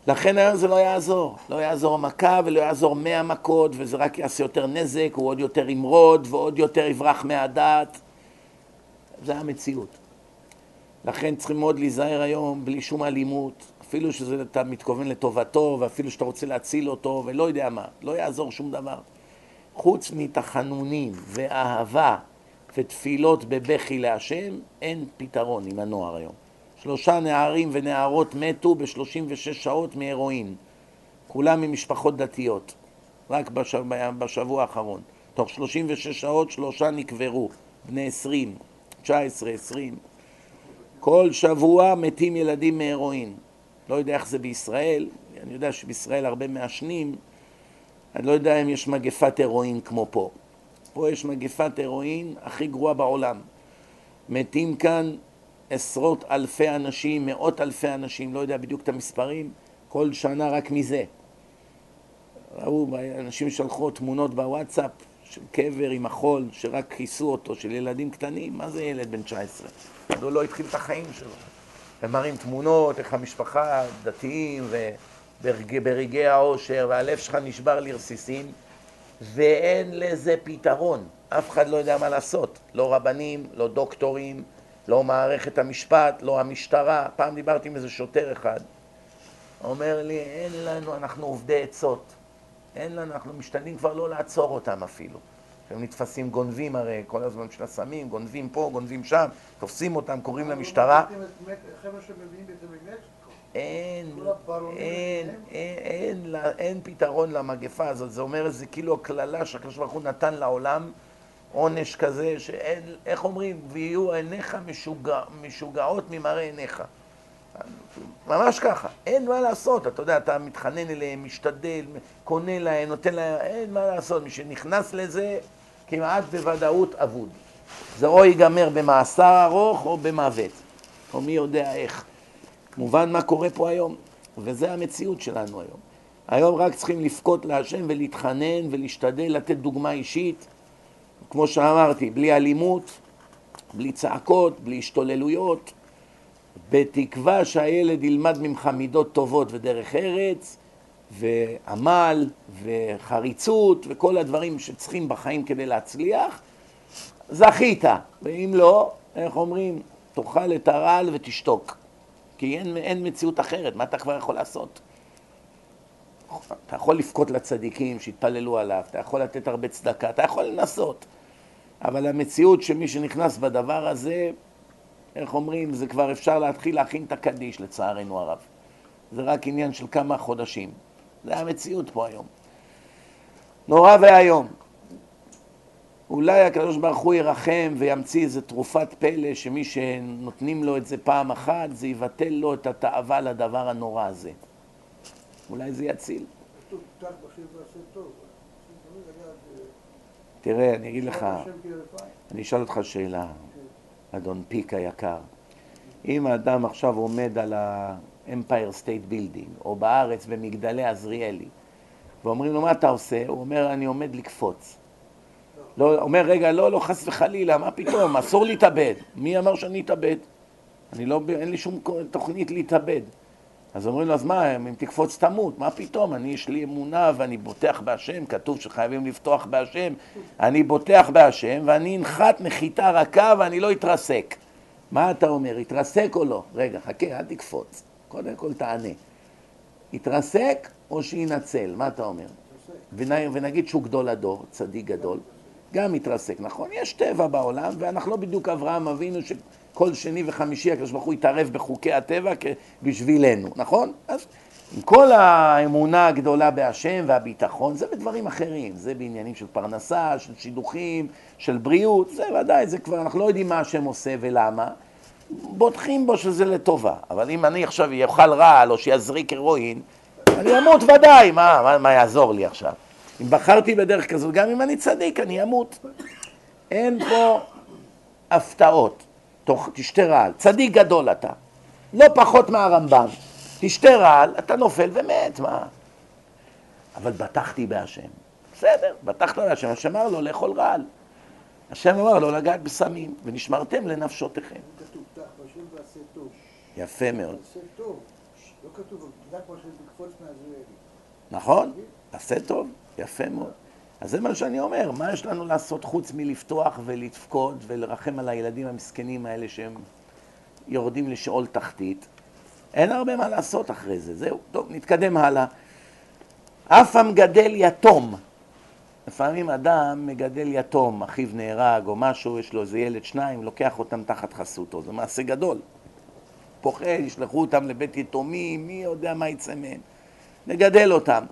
לכן היום זה לא יעזור, לא יעזור מכה ולא יעזור מאה מכות, וזה רק יעשה יותר נזק, הוא עוד יותר ימרוד ועוד יותר יברח מהדעת. זה המציאות. לכן צריכים מאוד להיזהר היום בלי שום אלימות, אפילו שאתה מתכוון לטובתו ואפילו שאתה רוצה להציל אותו ולא יודע מה, לא יעזור שום דבר. חוץ מתחנונים ואהבה ותפילות בבכי להשם, אין פתרון עם הנוער היום. שלושה נערים ונערות מתו ב-שלושים ושש שעות מהרואין. כולם ממשפחות דתיות, רק בשבוע, בשבוע האחרון. תוך שלושים ושש שעות שלושה נקברו, בני עשרים, תשע עשרה, עשרים. כל שבוע מתים ילדים מהרואין. לא יודע איך זה בישראל, אני יודע שבישראל הרבה מעשנים, אני לא יודע אם יש מגפת הרואין כמו פה. פה יש מגפת הרואין הכי גרועה בעולם. מתים כאן עשרות אלפי אנשים, מאות אלפי אנשים, לא יודע בדיוק את המספרים, כל שנה רק מזה. ראו, אנשים שלחו תמונות בוואטסאפ של קבר עם החול, שרק כיסו אותו, של ילדים קטנים. מה זה ילד בן תשע עשרה? הוא לא התחיל את החיים שלו. הם מראים תמונות, איך המשפחה דתיים וברגעי העושר, והלב שלך נשבר לרסיסים, ואין לזה פתרון. אף אחד לא יודע מה לעשות. לא רבנים, לא דוקטורים, לא מערכת המשפט, לא המשטרה. פעם דיברתי עם איזה שוטר אחד, אומר לי, אין לנו, אנחנו עובדי עצות. אין לנו, אנחנו משתדלים כבר לא לעצור אותם אפילו. הם נתפסים גונבים הרי, כל הזמן של הסמים, גונבים פה, גונבים שם, תופסים אותם, קוראים למשטרה. אין, אין, אין, אין פתרון למגפה הזאת. זה אומר, זה כאילו הכללה שהקדוש ברוך הוא נתן לעולם, עונש כזה, שאין, איך אומרים, ויהיו עיניך משוגע, משוגעות ממראה עיניך. ממש ככה, אין מה לעשות, אתה יודע, אתה מתחנן אליהם, משתדל, קונה להם, נותן להם, אין מה לעשות, מי שנכנס לזה כמעט בוודאות אבוד. זה או ייגמר במאסר ארוך או במוות, או מי יודע איך. מובן מה קורה פה היום, וזה המציאות שלנו היום. היום רק צריכים לפקות להשם ולהתחנן ולהשתדל לתת דוגמה אישית, כמו שאמרתי, בלי אלימות, בלי צעקות, בלי השתוללויות, בתקווה שהילד ילמד ממך מידות טובות ודרך ארץ, ועמל וחריצות וכל הדברים שצריכים בחיים כדי להצליח, זכית. ואם לא, איך אומרים, תאכל את הרעל ותשתוק. כי אין, אין מציאות אחרת, מה אתה כבר יכול לעשות? אתה יכול לפקות לצדיקים שהתפללו עליו, אתה יכול לתת הרבה צדקה, אתה יכול לנסות. אבל המציאות שמי שנכנס בדבר הזה, איך אומרים, זה כבר אפשר להתחיל להכין את הקדיש לצערנו הרב. זה רק עניין של כמה חודשים. זה המציאות פה היום. נורא והיום. אולי הקדוש ברוך הוא ירחם וימציא איזו תרופת פלא שמי שנותנים לו את זה פעם אחת, זה יבטל לו את התאווה לדבר הנורא הזה. אולי זה יציל. תראה, אני אגיד לך, אני אשאל אותך שאלה, אדון פיק היקר. אם האדם עכשיו עומד על ה-Empire State Building, או בארץ במגדלי עזריאלי, ואומרים לו, מה אתה עושה? הוא אומר, אני עומד לקפוץ. לא, אומר, רגע, לא, לא, חס וחלילה, מה פתאום? אסור להתאבד. מי אמר שאני אתאבד? אני לא, אין לי שום תוכנית להתאבד. אז אומרים לו, אז מה, אם תקפוץ תמות, מה פתאום? אני, יש לי אמונה ואני בוטח בהשם, כתוב שחייבים לפתוח בהשם, אני בוטח בהשם ואני אנחת נחיתה רכה ואני לא אתרסק. מה אתה אומר, יתרסק או לא? רגע, חכה, אל תקפוץ. קודם כל תענה. יתרסק או שינצל? מה אתה אומר? ונגיד שהוא גדול הדור, צדיק גדול, גם יתרסק, נכון? יש טבע בעולם, ואנחנו לא בדיוק אברהם אבינו שכל שני וחמישי הקדוש ברוך הוא יתערב בחוקי הטבע בשבילנו, נכון? אז עם כל האמונה הגדולה בהשם והביטחון, זה בדברים אחרים, זה בעניינים של פרנסה, של שידוכים, של בריאות, זה ודאי, זה כבר, אנחנו לא יודעים מה השם עושה ולמה, בוטחים בו שזה לטובה, אבל אם אני עכשיו יאכל רעל או שיזריק הרואין, אני אמות ודאי, מה, מה, מה יעזור לי עכשיו? אם בחרתי בדרך כזאת, גם אם אני צדיק, אני אמות. אין פה הפתעות. תוך, תשתה רעל. צדיק גדול אתה. לא פחות מהרמב"ם. תשתה רעל, אתה נופל ומת, מה? אבל בטחתי בהשם. בסדר, בטחת בהשם. השם אמר לו לאכול רעל. השם אמר לו לגעת בסמים, ונשמרתם לנפשותיכם. כתוב, תח בשם ועשה טוב. יפה מאוד. עשה טוב. לא כתוב, תדע כמו שתקפוץ מהזוהרי. נכון, תעשה טוב, יפה מאוד. אז זה מה שאני אומר, מה יש לנו לעשות חוץ מלפתוח ולתפקוד ולרחם על הילדים המסכנים האלה שהם יורדים לשאול תחתית? אין הרבה מה לעשות אחרי זה, זהו. טוב, נתקדם הלאה. אף המגדל יתום. לפעמים אדם מגדל יתום, אחיו נהרג או משהו, יש לו איזה ילד שניים, לוקח אותם תחת חסותו, זה מעשה גדול. פוחד, ישלחו אותם לבית יתומים, מי יודע מה יצא מהם. נגדל אותם.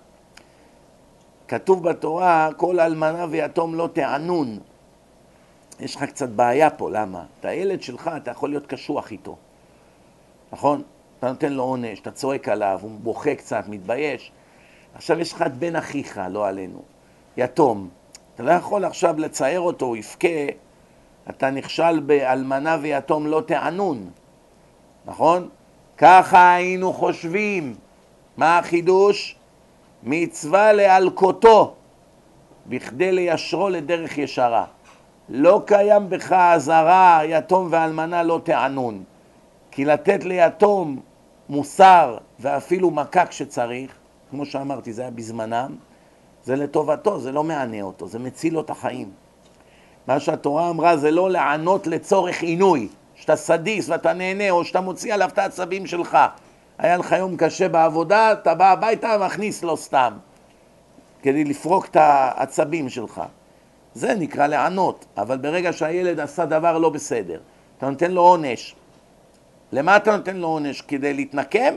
כתוב בתורה, כל אלמנה ויתום לא תענון. יש לך קצת בעיה פה, למה? את הילד שלך, אתה יכול להיות קשוח איתו. נכון? אתה נותן לו עונש, אתה צועק עליו, הוא בוכה קצת, מתבייש. עכשיו יש לך את בן אחיך, לא עלינו, יתום. אתה לא יכול עכשיו לצייר אותו, הוא יפכה, אתה נכשל באלמנה ויתום לא תענון. נכון? ככה היינו חושבים. מה החידוש? מצווה לאלקותו, בכדי לישרו לדרך ישרה. לא קיים בך הזרה, יתום ואלמנה לא תענון. כי לתת ליתום מוסר ואפילו מכה כשצריך, כמו שאמרתי, זה היה בזמנם, זה לטובתו, זה לא מענה אותו, זה מציל לו את החיים. מה שהתורה אמרה זה לא לענות לצורך עינוי, שאתה סדיס ואתה נהנה, או שאתה מוציא עליו את העצבים שלך. היה לך יום קשה בעבודה, אתה בא הביתה ומכניס לו סתם, כדי לפרוק את העצבים שלך. זה נקרא לענות, אבל ברגע שהילד עשה דבר לא בסדר, אתה נותן לו עונש. למה אתה נותן לו עונש? כדי להתנקם?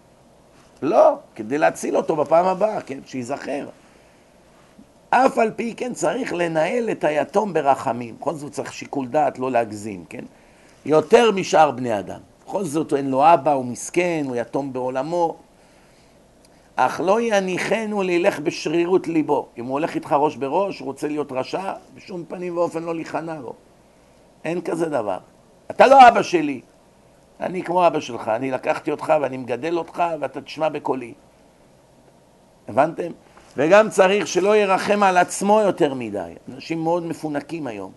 לא, כדי להציל אותו בפעם הבאה, כן? שיזכר. אף על פי כן צריך לנהל את היתום ברחמים. בכל זאת צריך שיקול דעת, לא להגזים, כן? יותר משאר בני אדם. בכל זאת אין לו אבא, הוא מסכן, הוא יתום בעולמו. אך לא יניחנו לילך בשרירות ליבו. אם הוא הולך איתך ראש בראש, הוא רוצה להיות רשע, בשום פנים ואופן לא להיכנע לו. אין כזה דבר. אתה לא אבא שלי. אני כמו אבא שלך, אני לקחתי אותך ואני מגדל אותך ואתה תשמע בקולי. הבנתם? וגם צריך שלא ירחם על עצמו יותר מדי. אנשים מאוד מפונקים היום.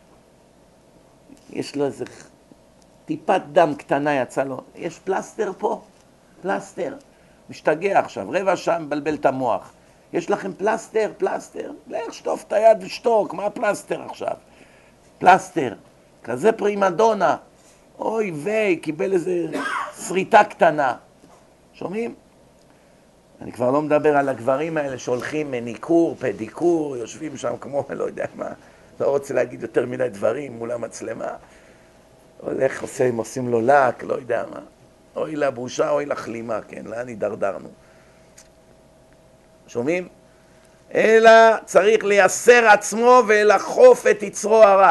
יש לו איזה טיפת דם קטנה יצא לו. יש פלסטר פה? פלסטר. משתגע עכשיו, רבע שעה מבלבל את המוח. יש לכם פלסטר? פלסטר? לך שטוף את היד ושתוק, מה פלסטר עכשיו? פלסטר. כזה פרימדונה. אוי ויי, קיבל איזה שריטה קטנה. שומעים? אני כבר לא מדבר על הגברים האלה שהולכים מניקור, פדיקור, יושבים שם כמו, לא יודע מה, לא רוצה להגיד יותר מדי דברים מול המצלמה. הולך, עושים, עושים לו לק, לא יודע מה. אוי לבושה, אוי לחלימה, כן, לאן הידרדרנו. שומעים? אלא צריך לייסר עצמו ולחוף את יצרו הרע.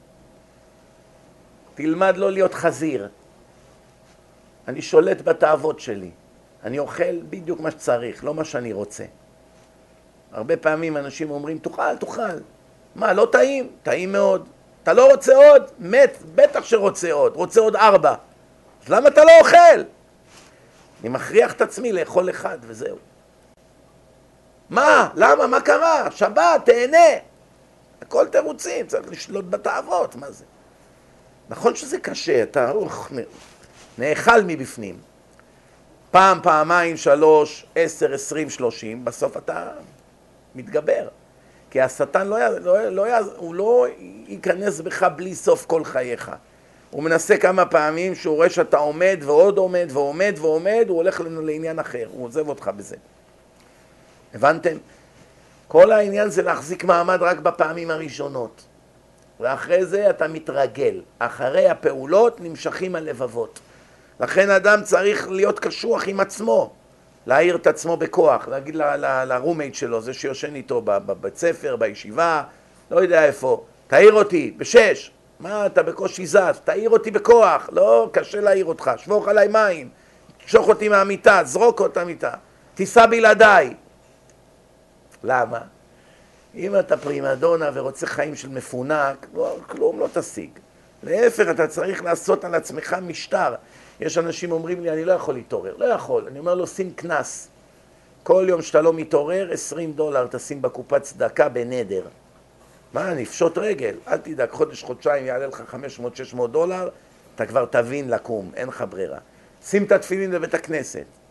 תלמד לא להיות חזיר. אני שולט בתאוות שלי. אני אוכל בדיוק מה שצריך, לא מה שאני רוצה. הרבה פעמים אנשים אומרים, תאכל, תאכל. מה, לא טעים? טעים מאוד. אתה לא רוצה עוד? מת, בטח שרוצה עוד. רוצה עוד ארבע. אז למה אתה לא אוכל? אני מכריח את עצמי לאכול אחד וזהו. מה? למה? מה קרה? שבת, תהנה. הכל תירוצים, צריך לשלוט בתאוות, מה זה? נכון שזה קשה, אתה נאכל מבפנים. פעם, פעמיים, שלוש, עשר, עשרים, שלושים, בסוף אתה מתגבר. כי השטן לא, לא, לא, הוא לא ייכנס בך בלי סוף כל חייך. הוא מנסה כמה פעמים שהוא רואה שאתה עומד ועוד עומד ועומד ועומד, הוא הולך לנו לעניין אחר, הוא עוזב אותך בזה. הבנתם? כל העניין זה להחזיק מעמד רק בפעמים הראשונות. ואחרי זה אתה מתרגל. אחרי הפעולות נמשכים הלבבות. לכן אדם צריך להיות קשוח עם עצמו, להעיר את עצמו בכוח, להגיד לרומייט שלו, זה שיושן איתו בבית ספר, בישיבה, לא יודע איפה, תעיר אותי, בשש, מה אתה בקושי זז, תעיר אותי בכוח, לא קשה להעיר אותך, שפוך עליי מים, שוך אותי מהמיטה, זרוק אותה מיטה, תיסע בלעדיי. למה? אם אתה פרימדונה ורוצה חיים של מפונק, לא, כלום לא תשיג. להפך, אתה צריך לעשות על עצמך משטר. יש אנשים אומרים לי, אני לא יכול להתעורר. לא יכול. אני אומר לו, שים כנס. כל יום שאתה לא מתעורר, עשרים דולר תשים בקופת צדקה בנדר. מה, נפשוט רגל. אל תדאג, חודש, חודשיים יעלה לך חמש מאות שש מאות דולר, אתה כבר תבין לקום, אין לך ברירה. שים את התפילין בבית הכנסת.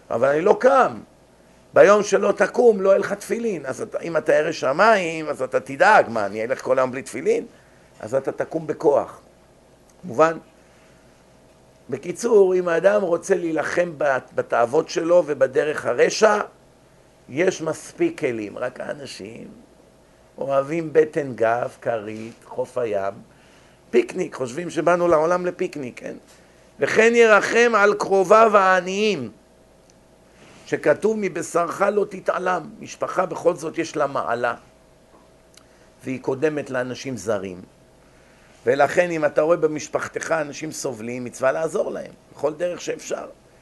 אבל אני לא קם. ביום שלא תקום לא יהיה לך תפילין. אז אתה, אם אתה ירא שמיים, אז אתה תדאג. מה, אני אלך כל היום בלי תפילין? אז אתה תקום בכוח. מובן? בקיצור, אם האדם רוצה להילחם בתאוות שלו ובדרך הרשע, יש מספיק כלים. רק האנשים אוהבים בטן גב, כרית, חוף הים, פיקניק, חושבים שבאנו לעולם לפיקניק, כן? וכן ירחם על קרוביו העניים, שכתוב מבשרך לא תתעלם. משפחה בכל זאת יש לה מעלה, והיא קודמת לאנשים זרים. ולכן אם אתה רואה במשפחתך אנשים סובלים, מצווה לעזור להם, בכל דרך שאפשר.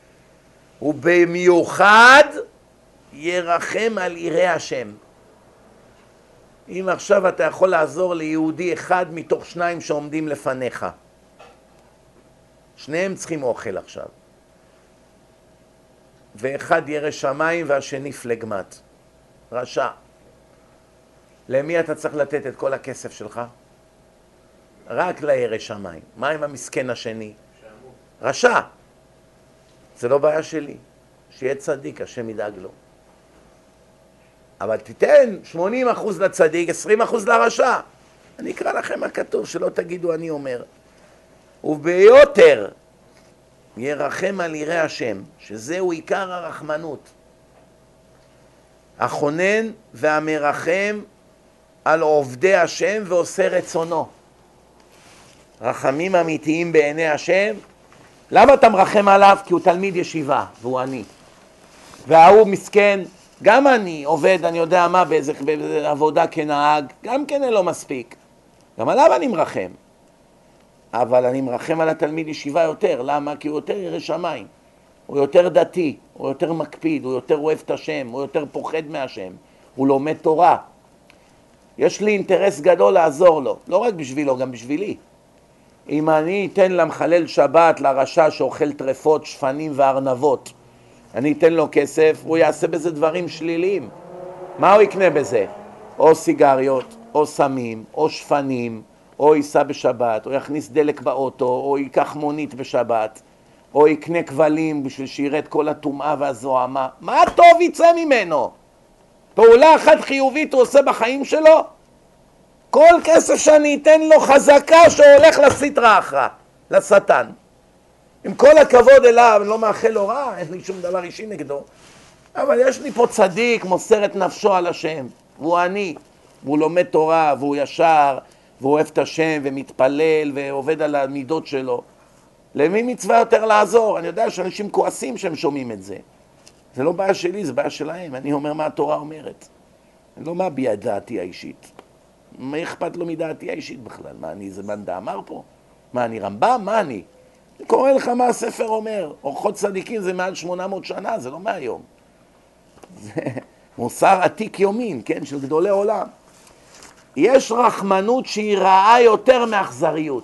ובמיוחד ירחם על יראי השם. אם עכשיו אתה יכול לעזור ליהודי אחד מתוך שניים שעומדים לפניך, שניהם צריכים אוכל עכשיו, ואחד ירא שמיים והשני פלגמט, רשע, למי אתה צריך לתת את כל הכסף שלך? רק לירא שמיים. מה עם המסכן השני? רשע. זה לא בעיה שלי, שיהיה צדיק, השם ידאג לו. אבל תיתן שמונים אחוז לצדיק, עשרים אחוז לרשע. אני אקרא לכם מה כתוב, שלא תגידו אני אומר. וביותר ירחם על יראי השם, שזהו עיקר הרחמנות, החונן והמרחם על עובדי השם ועושה רצונו. רחמים אמיתיים בעיני השם. למה אתה מרחם עליו? כי הוא תלמיד ישיבה והוא עני, וההוא מסכן, גם אני עובד, אני יודע מה, באיזה, באיזה עבודה כנהג, גם כן לא מספיק, גם עליו אני מרחם. אבל אני מרחם על התלמיד ישיבה יותר. למה? כי הוא יותר ירא שמיים, הוא יותר דתי, הוא יותר מקפיד, הוא יותר אוהב את השם, הוא יותר פוחד מהשם, הוא לומד תורה. יש לי אינטרס גדול לעזור לו, לא רק בשבילו, גם בשבילי. אם אני אתן למחלל שבת, לרשע שאוכל טרפות, שפנים וארנבות, אני אתן לו כסף, הוא יעשה בזה דברים שליליים. מה הוא יקנה בזה? או סיגריות, או סמים, או שפנים, או ייסע בשבת, או יכניס דלק באוטו, או ייקח מונית בשבת, או יקנה כבלים בשביל שירד כל הטומאה והזוהמה. מה טוב יצא ממנו? פעולה אחת חיובית הוא עושה בחיים שלו? כל כסף שאני אתן לו חזקה שהולך לסטרא אחרא, לשטן. עם כל הכבוד אליו, אני לא מאחל לו רע, אין לי שום דבר אישי נגדו, אבל יש לי פה צדיק, מוסר את נפשו על השם, והוא עני, והוא לומד תורה, והוא ישר, והוא אוהב את השם, ומתפלל, ועובד על המידות שלו. למי מצווה יותר לעזור? אני יודע שאנשים כועסים שהם שומעים את זה. זה לא בעיה שלי, זה בעיה שלהם. אני אומר מה התורה אומרת. אני לא מביע את דעתי האישית. מה אכפת לו מדעתי האישית בכלל? מה אני, זה בנדה אמר פה? מה אני רמב"ם? מה אני? אני קורא לך מה הספר אומר. אורחות צדיקים זה מעל שמונה מאות שנה, זה לא מהיום. זה מוסר עתיק יומין, כן, של גדולי עולם. יש רחמנות שהיא רעה יותר מאכזריות.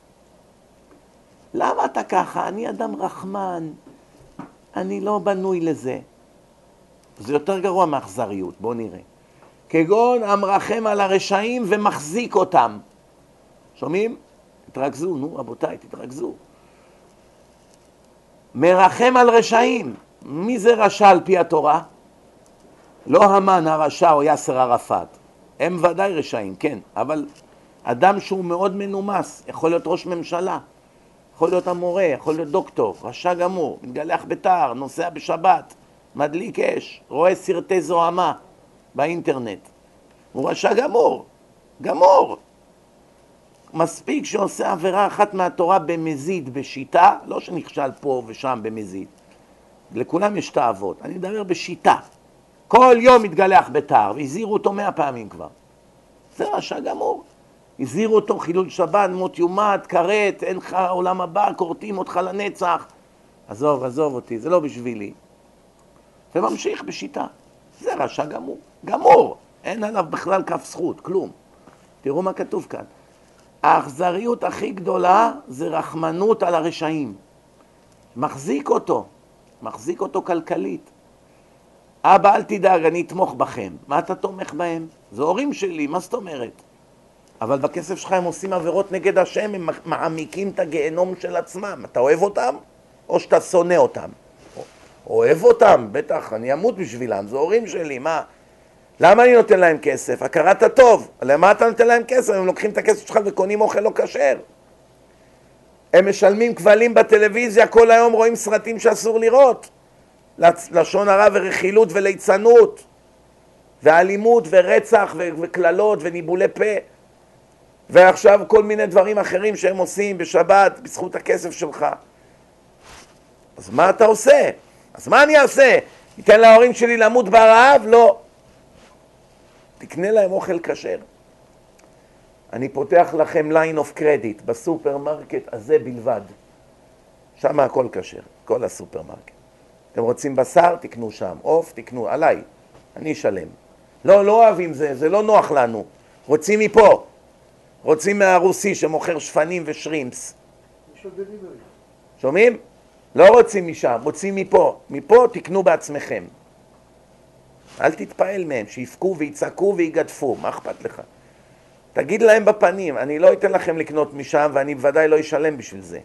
למה אתה ככה? אני אדם רחמן, אני לא בנוי לזה. זה יותר גרוע מאכזריות, בוא נראה. כגון המרחם על הרשעים ומחזיק אותם. שומעים? תתרכזו, נו רבותיי, תתרכזו. מרחם על רשעים. מי זה רשע על פי התורה? לא המן הרשע או יאסר ערפאת. הם ודאי רשעים, כן, אבל אדם שהוא מאוד מנומס, יכול להיות ראש ממשלה, יכול להיות המורה, יכול להיות דוקטור, רשע גמור, מתגלח בתער, נוסע בשבת, מדליק אש, רואה סרטי זוהמה באינטרנט. הוא רשע גמור, גמור. מספיק שעושה עבירה אחת מהתורה במזיד, בשיטה, לא שנכשל פה ושם במזיד. לכולם יש תאוות, אני מדבר בשיטה. כל יום מתגלח בתער, והזהירו אותו מאה פעמים כבר. זה רשע גמור. הזהירו אותו חילול שבת, מות יומת, כרת, אין לך עולם הבא, קורטים אותך לנצח. עזוב, עזוב אותי, זה לא בשבילי. וממשיך בשיטה. זה רשע גמור. גמור. אין עליו בכלל כף זכות, כלום. תראו מה כתוב כאן. האכזריות הכי גדולה זה רחמנות על הרשעים. מחזיק אותו. מחזיק אותו כלכלית. אבא, אל תדאג, אני אתמוך בכם. מה אתה תומך בהם? זה הורים שלי, מה זאת אומרת? אבל בכסף שלך הם עושים עבירות נגד השם, הם מעמיקים את הגיהנום של עצמם. אתה אוהב אותם או שאתה שונא אותם? אוהב אותם, בטח, אני אמות בשבילם, זה הורים שלי, מה? למה אני נותן להם כסף? הכרת הטוב. למה אתה נותן להם כסף? הם לוקחים את הכסף שלך וקונים אוכל לא כשר. הם משלמים כבלים בטלוויזיה, כל היום רואים סרטים שאסור לראות. לשון הרע ורכילות וליצנות, ואלימות ורצח וקללות וניבולי פה. ועכשיו כל מיני דברים אחרים שהם עושים בשבת, בזכות הכסף שלך. אז מה אתה עושה? אז מה אני אעשה? ניתן להורים שלי למות ברעב? לא. תקנה להם אוכל כשר. אני פותח לכם ליין אוף קרדיט בסופרמרקט הזה בלבד. שם הכל כשר, כל הסופרמרקט. אתם רוצים בשר? תקנו שם. עוף? תקנו, עליי. אני אשלם. לא, לא אוהבים זה, זה לא נוח לנו. רוצים מפה. רוצים מהרוסי שמוכר שפנים ושרימפס. יש לו דליברי. שומעים? לא רוצים משם, רוצים מפה. מפה תקנו בעצמכם. אל תתפעל מהם, שיפקו ויצעקו ויגדפו, מה אכפת לך? תגיד להם בפנים, אני לא אתן לכם לקנות משם ואני בוודאי לא אשלם בשביל זה.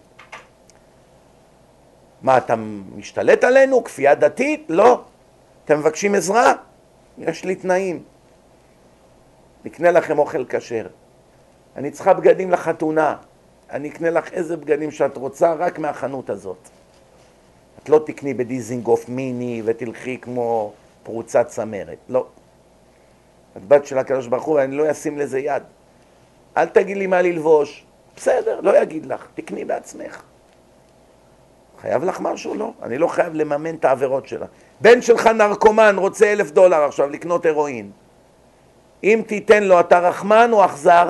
מה, אתה משתלט עלינו? כפייה דתית? לא. אתם מבקשים עזרה? יש לי תנאים. נקנה לכם אוכל כשר. אני צריכה בגדים לחתונה. אני אקנה לך איזה בגדים שאת רוצה רק מהחנות הזאת. את לא תקני בדיזינגוף מיני ותלכי כמו פרוצת צמרת. לא. את בת של הקדוש ברוך הוא ואני לא אשים לזה יד. אל תגיד לי מה ללבוש. בסדר, לא יגיד לך. תקני בעצמך. חייב לך משהו? לא. אני לא חייב לממן את העבירות שלה. בן שלך נרקומן רוצה אלף דולר עכשיו לקנות הרואין. אם תיתן לו אתה רחמן או אכזר?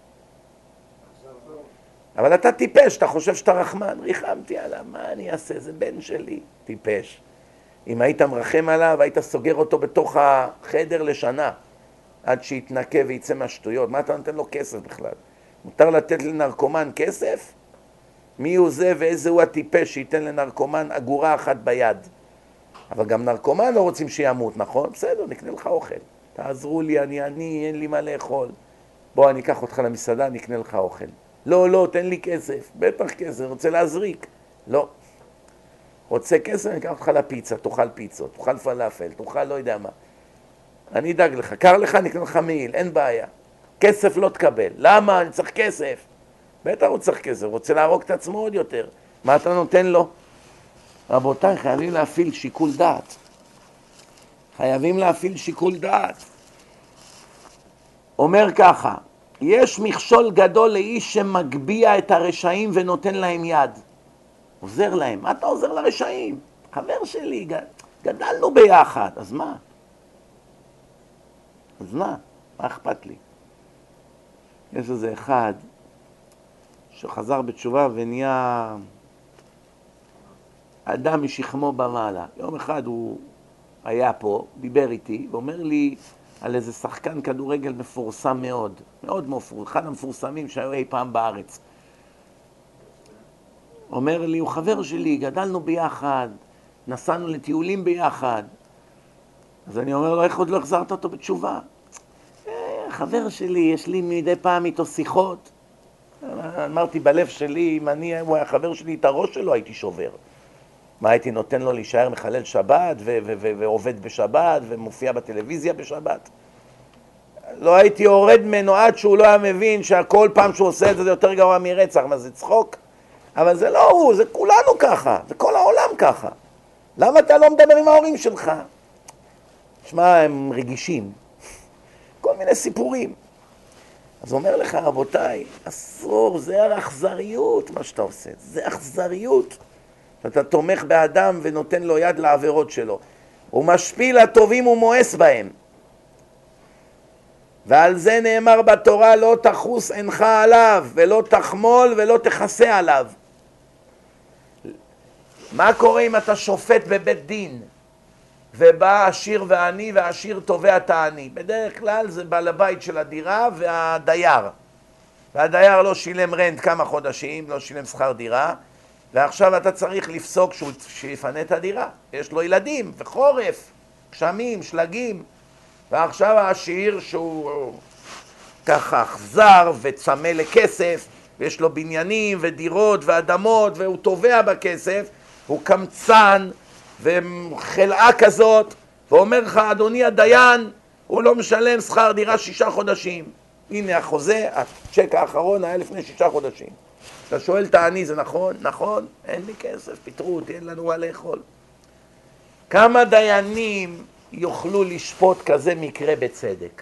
אבל אתה טיפש, אתה חושב שאתה רחמן. ריחמתי עליו, מה אני אעשה? זה בן שלי. טיפש. אם היית מרחם עליו, היית סוגר אותו בתוך החדר לשנה, עד שיתנקה ויצא מהשטויות. מה אתה נותן לו כסף בכלל? מותר לתת לנרקומן כסף? מי הוא זה ואיזה הוא הטיפש שייתן לנרקומן אגורה אחת ביד? אבל גם נרקומן לא רוצים שימות, נכון? בסדר, נקנה לך אוכל. תעזרו לי, אני אני, אין לי מה לאכול. בוא, אני אקח אותך למסעדה, נקנה לך אוכל. לא, לא, תן לי כסף. בטח כסף, רוצה להזריק. לא. רוצה כסף, אני אקח אותך לפיצה, תאכל פיצות, תאכל פלאפל, תאכל לא יודע מה. אני אדאג לך, קר לך, נקנה לך מעיל, אין בעיה. כסף לא תקבל. למה? אני צריך כסף. בטח הוא צריך כסף, רוצה להרוג את עצמו עוד יותר. מה אתה נותן לו? רבותיי, חייבים להפעיל שיקול דעת. חייבים להפעיל שיקול דעת. אומר ככה, יש מכשול גדול לאיש שמגביע את הרשעים ונותן להם יד. עוזר להם. מה אתה עוזר לרשעים? חבר שלי, גדלנו ביחד. אז מה? אז מה? מה אכפת לי? יש איזה אחד שחזר בתשובה ונהיה אדם משכמו במעלה. יום אחד הוא היה פה, דיבר איתי, ואומר לי על איזה שחקן כדורגל מפורסם מאוד, מאוד מפורסם, אחד המפורסמים שהיו אי פעם בארץ. אומר לי, הוא חבר שלי, גדלנו ביחד, נסענו לטיולים ביחד. אז אני אומר לו, איך עוד לא החזרת אותו בתשובה? אה, חבר שלי, יש לי מדי פעם איתו שיחות. אמרתי בלב שלי, אם אני, הוא היה חבר שלי, את הראש שלו הייתי שובר. מה הייתי נותן לו להישאר מחלל שבת ו- ו- ו- ועובד בשבת ומופיע בטלוויזיה בשבת? לא הייתי יורד ממנו עד שהוא לא היה מבין שכל פעם שהוא עושה את זה זה יותר גרוע מרצח. מה זה צחוק? אבל זה לא הוא, זה כולנו ככה, זה כל העולם ככה. למה אתה לא מדבר עם ההורים שלך? שמע, הם רגישים. כל מיני סיפורים. אז אומר לך, רבותיי, אסור, זה אכזריות מה שאתה עושה, זה אכזריות. אתה תומך באדם ונותן לו יד לעבירות שלו. הוא משפיל הטובים ומואס בהם. ועל זה נאמר בתורה, לא תחוס עינך עליו, ולא תחמול ולא תכסה עליו. מה קורה אם אתה שופט בבית דין, ובא עשיר ועני, והעשיר תובע את העני? בדרך כלל זה בעל הבית של הדירה והדייר. והדייר לא שילם רנט כמה חודשים, לא שילם שכר דירה, ועכשיו אתה צריך לפסוק שהוא שיפנה את הדירה. יש לו ילדים וחורף, גשמים, שלגים, ועכשיו העשיר שהוא ככה אכזר וצמא לכסף, ויש לו בניינים ודירות ואדמות, והוא תובע בכסף, הוא קמצן, וחלאה כזאת, ואומר לך, אדוני הדיין, הוא לא משלם שכר דירה שישה חודשים. הנה החוזה, הצ'ק האחרון היה לפני שישה חודשים. אתה שואל את העני, זה נכון? נכון, אין לי כסף, פיטרו אותי, אין לנו מה לאכול. כמה דיינים יוכלו לשפוט כזה מקרה בצדק?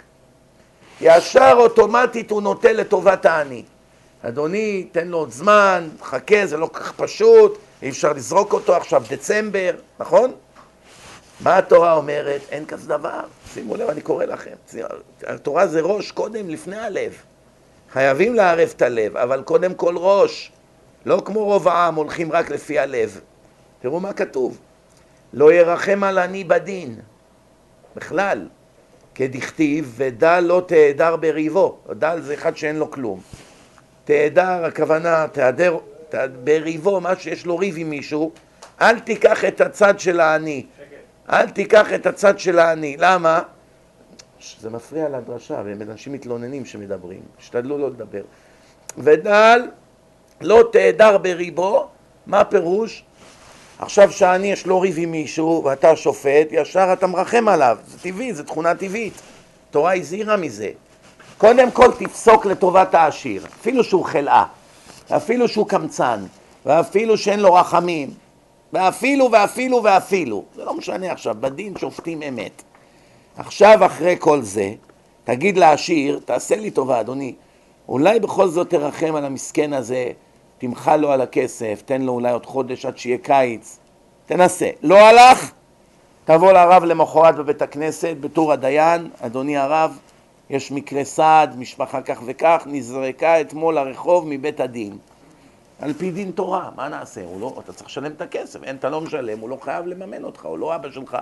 ישר אוטומטית הוא נוטה לטובת העני. אדוני, תן לו עוד זמן, חכה, זה לא כך פשוט, אי אפשר לזרוק אותו עכשיו דצמבר, נכון? מה התורה אומרת? אין כזה דבר. שימו לב, אני קורא לכם. התורה זה ראש קודם לפני הלב. חייבים לערב את הלב, אבל קודם כל ראש. לא כמו רוב העם, הולכים רק לפי הלב. תראו מה כתוב. לא ירחם על עני בדין. בכלל. כדכתיב, ודל לא תהדר בריבו. דל זה אחד שאין לו כלום. תהדר, הכוונה, תהדר, תהדר בריבו, מה שיש לו ריב עם מישהו, אל תיקח את הצד של העני. אל תיקח את הצד של העני. למה? זה מפריע לדרשה, והם אנשים מתלוננים שמדברים. השתדלו לא לדבר. ודל לא תהדר בריבו, מה פירוש? עכשיו שהעני יש לו ריב עם מישהו, ואתה שופט, ישר אתה מרחם עליו. זה טבעי, זה תכונה טבעית. תורה הזהירה מזה. קודם כל תפסוק לטובת העשיר, אפילו שהוא חלאה, אפילו שהוא קמצן, ואפילו שאין לו רחמים, ואפילו ואפילו ואפילו. זה לא משנה עכשיו, בדין שופטים אמת. עכשיו אחרי כל זה, תגיד לעשיר, תעשה לי טובה אדוני, אולי בכל זאת תרחם על המסכן הזה, תמחה לו על הכסף, תן לו אולי עוד חודש עד שיהיה קיץ, תנסה. לא הלך, תבוא לרב למחרת בבית הכנסת, בתור הדיין, אדוני הרב, יש מקרה סעד, משפחה כך וכך, נזרקה אתמול לרחוב מבית הדין. על פי דין תורה, מה נעשה? הוא לא, אתה צריך לשלם את הכסף, אין, אתה לא משלם, הוא לא חייב לממן אותך, הוא לא אבא שלך.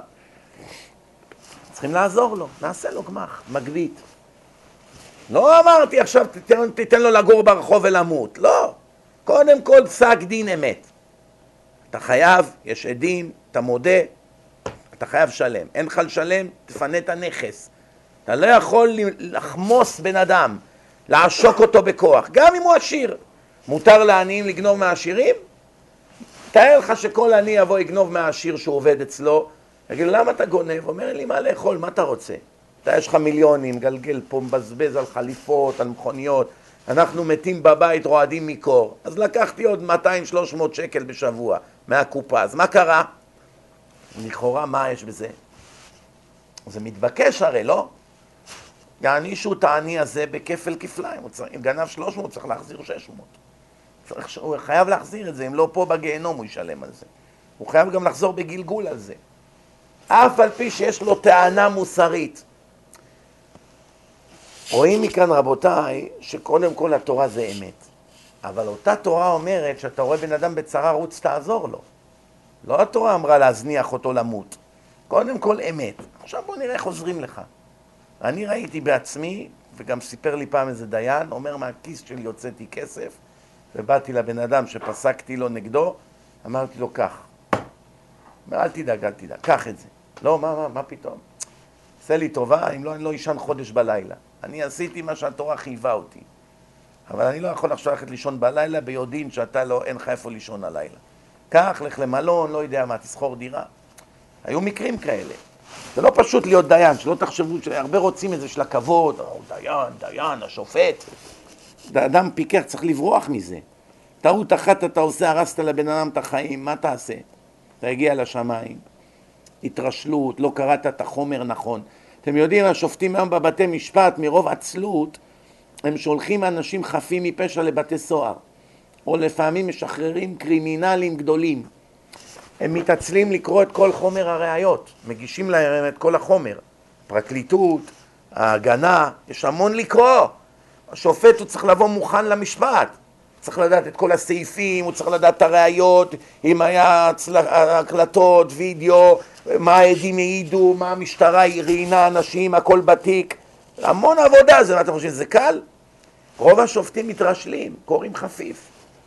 צריכים לעזור לו, נעשה לו גמח, מגבית. לא אמרתי עכשיו תיתן, תיתן לו לגור ברחוב ולמות, לא. קודם כל פסק דין אמת. אתה חייב, יש עדים, אתה מודה, אתה חייב שלם. אין לך לשלם, תפנה את הנכס. אתה לא יכול לחמוס בן אדם, לעשוק אותו בכוח, גם אם הוא עשיר. מותר לעניים לגנוב מהעשירים? תאר לך שכל עני יבוא יגנוב מהעשיר שהוא עובד אצלו, יגיד לו, למה אתה גונב? אומר לי, מה לאכול, מה אתה רוצה? אתה יש לך מיליונים, גלגל פה, מבזבז על חליפות, על מכוניות, אנחנו מתים בבית, רועדים מקור. אז לקחתי עוד מאתיים שלוש מאות שקל בשבוע מהקופה, אז מה קרה? לכאורה, מה יש בזה? זה מתבקש הרי, לא? יענישו את העני הזה בכפל כפליים, אם גנב שלוש מאות צריך להחזיר שש מאות. צריך, הוא חייב להחזיר את זה, אם לא פה בגיהנום הוא ישלם על זה. הוא חייב גם לחזור בגלגול על זה. אף על פי שיש לו טענה מוסרית. רואים מכאן רבותיי, שקודם כל התורה זה אמת. אבל אותה תורה אומרת שאתה רואה בן אדם בצרה רוץ תעזור לו. לא התורה אמרה להזניח אותו למות. קודם כל אמת. עכשיו בוא נראה איך עוזרים לך. אני ראיתי בעצמי, וגם סיפר לי פעם איזה דיין, אומר מהכיס שלי יוצאתי כסף, ובאתי לבן אדם שפסקתי לו נגדו, אמרתי לו כך. אומר, אל תדאג, אל תדאג, קח את זה. לא, מה, מה, מה פתאום? עשה לי טובה, אם לא, אני לא ישן חודש בלילה. אני עשיתי מה שהתורה חייבה אותי. אבל אני לא יכול עכשיו ללכת לישון בלילה, ביודעין שאתה לא, אין לך איפה לישון הלילה. קח, לך למלון, לא יודע מה, תסחור דירה. היו מקרים כאלה. זה לא פשוט להיות דיין, שלא תחשבו, הרבה רוצים את זה של הכבוד, או, דיין, דיין, השופט. אדם פיקח, צריך לברוח מזה. טעות אחת אתה עושה, הרסת לבן אדם את החיים, מה תעשה? אתה הגיע לשמיים, התרשלות, לא קראת את החומר נכון. אתם יודעים, השופטים היום בבתי משפט, מרוב עצלות, הם שולחים אנשים חפים מפשע לבתי סוהר, או לפעמים משחררים קרימינלים גדולים. הם מתעצלים לקרוא את כל חומר הראיות, מגישים להם את כל החומר. פרקליטות, ההגנה, יש המון לקרוא. השופט הוא צריך לבוא מוכן למשפט. צריך לדעת את כל הסעיפים, הוא צריך לדעת את הראיות, אם היה הקלטות, וידאו, מה העדים העידו, מה המשטרה ראיינה אנשים, הכל בתיק. המון עבודה, זה מה אתה חושב, זה קל? רוב השופטים מתרשלים, קוראים חפיף.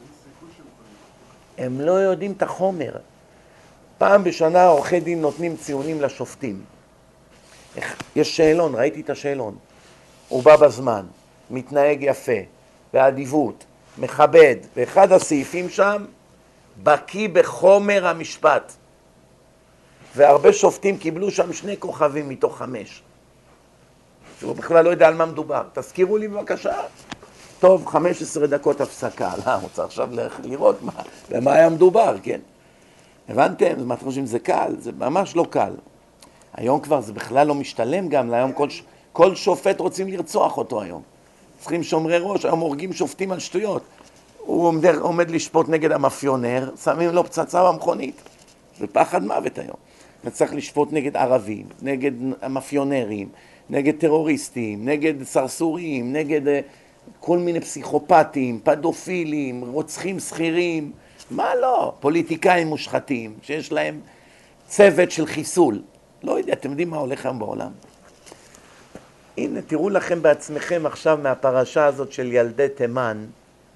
הם לא יודעים את החומר. פעם בשנה עורכי דין נותנים ציונים לשופטים. יש שאלון, ראיתי את השאלון. הוא בא בזמן, מתנהג יפה, באדיבות, מכבד, ואחד הסעיפים שם, בקיא בחומר המשפט. והרבה שופטים קיבלו שם שני כוכבים מתוך חמש. שהוא בכלל לא יודע על מה מדובר. תזכירו לי בבקשה. טוב, חמש עשרה דקות הפסקה. לא, הוא צריך עכשיו לראות מה, במה היה מדובר, כן? הבנתם? מה אתם חושבים? זה קל? זה ממש לא קל. היום כבר זה בכלל לא משתלם גם, היום כל, כל שופט רוצים לרצוח אותו היום. צריכים שומרי ראש, היום הורגים שופטים על שטויות. הוא עומד, עומד לשפוט נגד המאפיונר, שמים לו פצצה במכונית. זה פחד מוות היום. אתה צריך לשפוט נגד ערבים, נגד המאפיונרים, נגד טרוריסטים, נגד סרסורים, נגד uh, כל מיני פסיכופטים, פדופילים, רוצחים שכירים. מה לא? פוליטיקאים מושחתים, שיש להם צוות של חיסול. לא יודע, אתם יודעים מה הולך היום בעולם? הנה, תראו לכם בעצמכם עכשיו מהפרשה הזאת של ילדי תימן,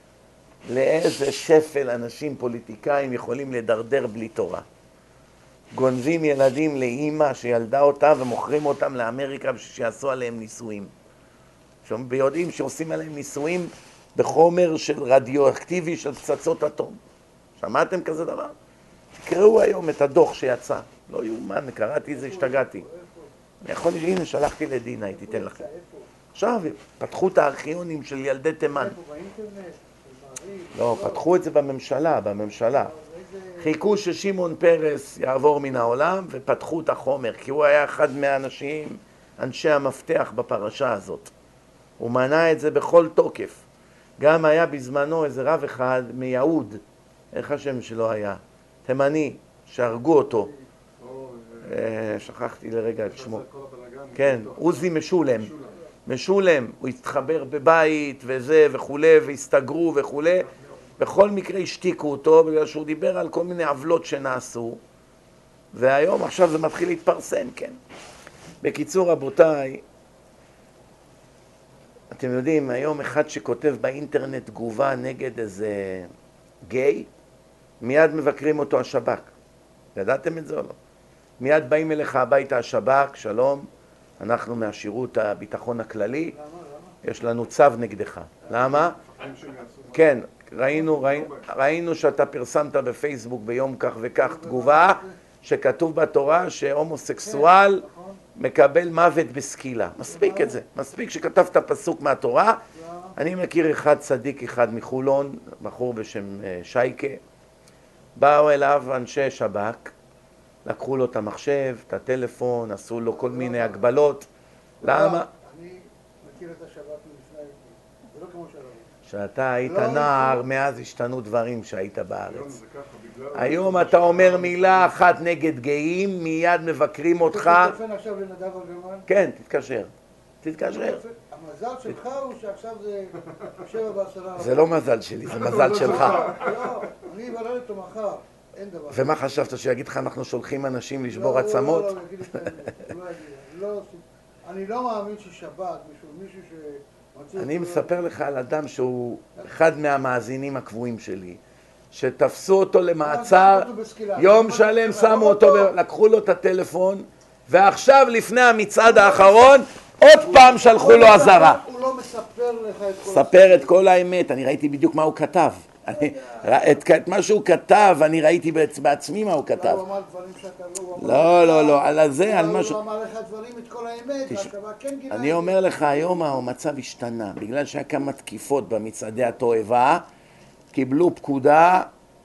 לאיזה שפל אנשים פוליטיקאים יכולים לדרדר בלי תורה. גונבים ילדים לאימא שילדה אותה ומוכרים אותם לאמריקה בשביל שיעשו עליהם ניסויים. ביודעים שעושים עליהם ניסויים בחומר של רדיואקטיבי של פצצות אטום. שמעתם כזה דבר? תקראו היום את הדוח שיצא. לא יאומן, קראתי את זה, השתגעתי. אני יכול, הנה, שלחתי לדינה, היא תיתן לכם. עכשיו, פתחו את הארכיונים של ילדי תימן. לא, פתחו את זה בממשלה, בממשלה. חיכו ששימון פרס יעבור מן העולם ופתחו את החומר, כי הוא היה אחד מהאנשים, אנשי המפתח בפרשה הזאת. הוא מנע את זה בכל תוקף. גם היה בזמנו איזה רב אחד מיהוד, איך השם שלו היה? תימני, שהרגו אותו. שכחתי לרגע את שמו. כן, עוזי משולם. משולם, הוא התחבר בבית וזה וכולי, והסתגרו וכולי. בכל מקרה השתיקו אותו בגלל שהוא דיבר על כל מיני עוולות שנעשו. והיום עכשיו זה מתחיל להתפרסם, כן. בקיצור, רבותיי, אתם יודעים, היום אחד שכותב באינטרנט תגובה נגד איזה גיי, מיד מבקרים אותו השב"כ. ידעתם את זה או לא? מיד באים אליך הביתה השב"כ, שלום, אנחנו מהשירות הביטחון הכללי, יש לנו צו נגדך. למה? כן, ראינו, ראינו, ראינו שאתה פרסמת בפייסבוק ביום כך וכך תגובה שכתוב בתורה שהומוסקסואל מקבל מוות בסקילה. מספיק את זה, מספיק שכתבת פסוק מהתורה. אני מכיר אחד צדיק אחד מחולון, בחור בשם שייקה, באו אליו אנשי שב"כ, לקחו לו את המחשב, את הטלפון, עשו לו כל מיני הגבלות. למה? אני מכיר את השב"כ לפני, זה לא כמו שלנו. שאתה היית נער, מאז השתנו דברים שהיית בארץ. היום אתה אומר מילה אחת נגד גאים, מיד מבקרים אותך. אתה תתקפן עכשיו לנדב ארגמן? כן, תתקשר. תתקשר. המזל שלך הוא שעכשיו זה שבע בעשרה. זה לא מזל שלי, זה מזל שלך. לא, אני אברר אותו מחר. אין דבר. ומה חשבת, שיגיד לך אנחנו שולחים אנשים לשבור לא, עצמות? לא, לא, יגיד את האמת. הוא לא יגיד. לא, אני לא מאמין ששבת, מישהו ש... אני מספר לך על אדם שהוא אחד מהמאזינים הקבועים שלי, שתפסו אותו למעצר, יום שלם שמו אותו, לקחו לו את הטלפון, ועכשיו לפני המצעד האחרון, עוד פעם שלחו לו עזרה. הוא לא מספר לך את כל... ספר את כל האמת, אני ראיתי בדיוק מה הוא כתב. את מה שהוא כתב, אני ראיתי בעצמי מה הוא כתב. הוא אמר דברים שאתה לא... לא, לא, לא, על זה, על משהו... הוא אמר לך דברים את כל האמת, והשב"כ כן גילה... אני אומר לך, היום המצב השתנה, בגלל שהיה כמה תקיפות במצעדי התועבה, קיבלו פקודה,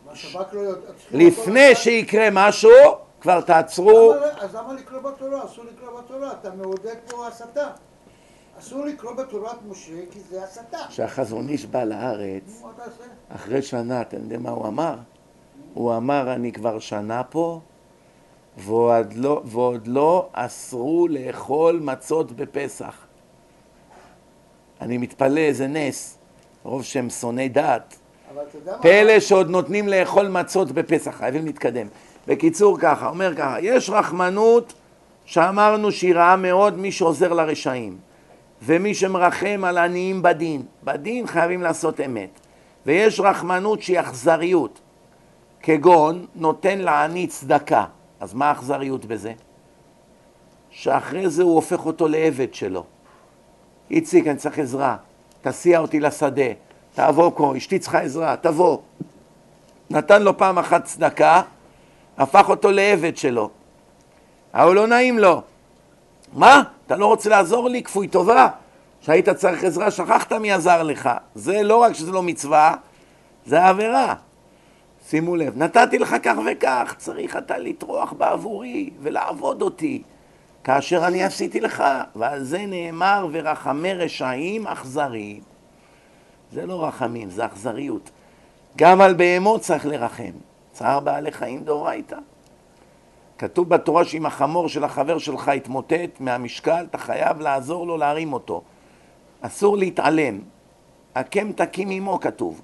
לפני שיקרה משהו, כבר תעצרו. אז למה לקרוא בתורה? אסור לקרוא בתורה, אתה מעודד פה הסתה. אסור לקרוא בתורת משה, כי זה הסתה. כשהחזון איש בא לארץ, אחרי שנה, אתם יודעים מה הוא אמר? הוא אמר, אני כבר שנה פה, ועוד לא, ועוד לא אסרו לאכול מצות בפסח. אני מתפלא, איזה נס, רוב שהם שונאי דת. פלא שעוד נותנים לאכול מצות בפסח, חייבים להתקדם. בקיצור ככה, אומר ככה, יש רחמנות שאמרנו שהיא רעה מאוד מי שעוזר לרשעים. ומי שמרחם על עניים בדין, בדין חייבים לעשות אמת. ויש רחמנות שהיא אכזריות, כגון נותן לעני צדקה. אז מה האכזריות בזה? שאחרי זה הוא הופך אותו לעבד שלו. איציק, אני צריך עזרה, תסיע אותי לשדה, תעבור פה, אשתי צריכה עזרה, תבוא. נתן לו פעם אחת צדקה, הפך אותו לעבד שלו. אבל לא נעים לו. מה? אתה לא רוצה לעזור לי? כפוי טובה? שהיית צריך עזרה, שכחת מי עזר לך. זה לא רק שזה לא מצווה, זה עבירה. שימו לב, נתתי לך כך וכך, צריך אתה לטרוח בעבורי ולעבוד אותי, כאשר אני עשיתי לך. ועל זה נאמר, ורחמי רשעים אכזריים. זה לא רחמים, זה אכזריות. גם על בהמות צריך לרחם. צער בעלי חיים דאורייתא. כתוב בתורה שאם החמור של החבר שלך יתמוטט מהמשקל, אתה חייב לעזור לו להרים אותו. אסור להתעלם. הקם תקים עמו כתוב.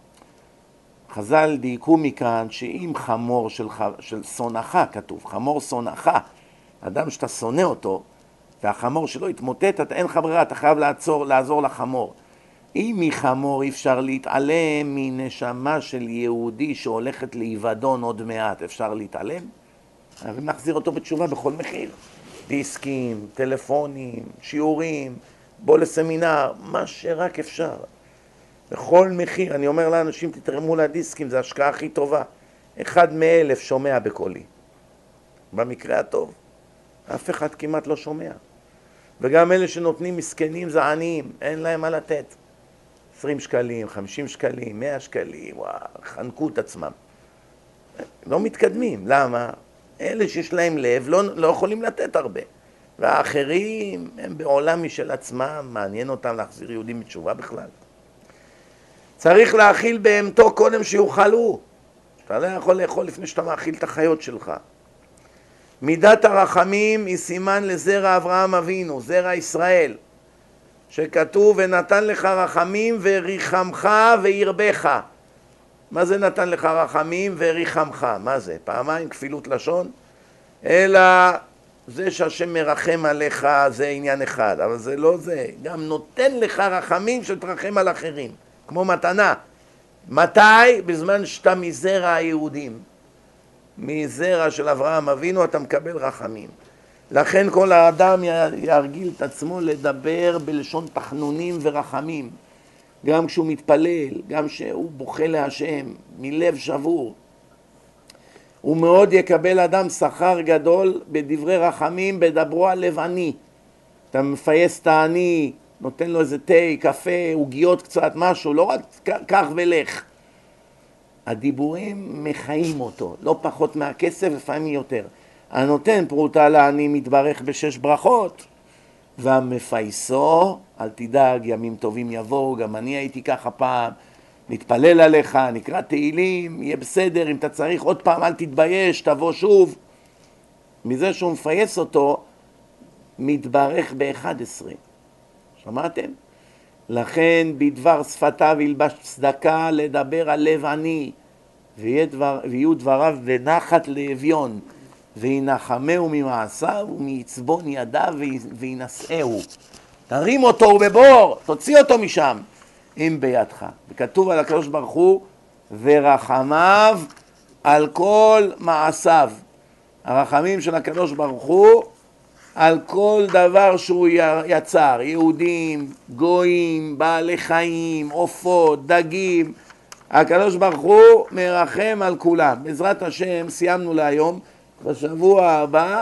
חז"ל דייקו מכאן שאם חמור של, ח... של שונאך, כתוב, חמור שונאך, אדם שאתה שונא אותו, והחמור שלו יתמוטט, אתה אין לך ברירה, אתה חייב לעצור, לעזור לחמור. אם מחמור אי אפשר להתעלם מנשמה של יהודי שהולכת להיוודון עוד מעט, אפשר להתעלם? חייבים להחזיר אותו בתשובה בכל מחיר. דיסקים, טלפונים, שיעורים, בוא לסמינר, מה שרק אפשר. בכל מחיר. אני אומר לאנשים, תתרמו לדיסקים, זה ההשקעה הכי טובה. אחד מאלף שומע בקולי. במקרה הטוב. אף אחד כמעט לא שומע. וגם אלה שנותנים מסכנים זה עניים, אין להם מה לתת. עשרים שקלים, חמישים שקלים, מאה שקלים, וואו, חנקו את עצמם. לא מתקדמים. למה? אלה שיש להם לב לא, לא יכולים לתת הרבה. והאחרים הם בעולם משל עצמם, מעניין אותם להחזיר יהודים בתשובה בכלל. צריך להאכיל בהמתו קודם שיאכלו. אתה לא יכול לאכול לפני שאתה מאכיל את החיות שלך. מידת הרחמים היא סימן לזרע אברהם אבינו, זרע ישראל, שכתוב ונתן לך רחמים וריחמך וירבך. מה זה נתן לך רחמים וריחמך? מה זה? פעמיים כפילות לשון? אלא זה שהשם מרחם עליך זה עניין אחד, אבל זה לא זה. גם נותן לך רחמים שתרחם על אחרים, כמו מתנה. מתי? בזמן שאתה מזרע היהודים. מזרע של אברהם אבינו אתה מקבל רחמים. לכן כל האדם ירגיל את עצמו לדבר בלשון תחנונים ורחמים. גם כשהוא מתפלל, גם כשהוא בוכה להשם, מלב שבור. הוא מאוד יקבל אדם שכר גדול בדברי רחמים, בדברו על לב עני. אתה מפייס את העני, נותן לו איזה תה, קפה, עוגיות קצת, משהו, לא רק כך ולך. הדיבורים מחיים אותו, לא פחות מהכסף, לפעמים יותר. הנותן פרוטה לעני מתברך בשש ברכות, והמפייסו, אל תדאג, ימים טובים יבואו, גם אני הייתי ככה פעם, נתפלל עליך, נקרא תהילים, יהיה בסדר, אם אתה צריך עוד פעם אל תתבייש, תבוא שוב. מזה שהוא מפייס אותו, מתברך ב-אחד עשרה. שמעתם? לכן בדבר שפתיו ילבש צדקה לדבר על לב עני, דבר, ויהיו דבריו בנחת לאביון, וינחמהו ממעשיו ומעצבון ידיו וינשאהו. תרים אותו בבור, תוציא אותו משם, אם בידך. וכתוב על הקדוש ברוך הוא, ורחמיו על כל מעשיו. הרחמים של הקדוש ברוך הוא על כל דבר שהוא יצר, יהודים, גויים, בעלי חיים, עופות, דגים. הקדוש ברוך הוא מרחם על כולם. בעזרת השם סיימנו להיום. בשבוע הבא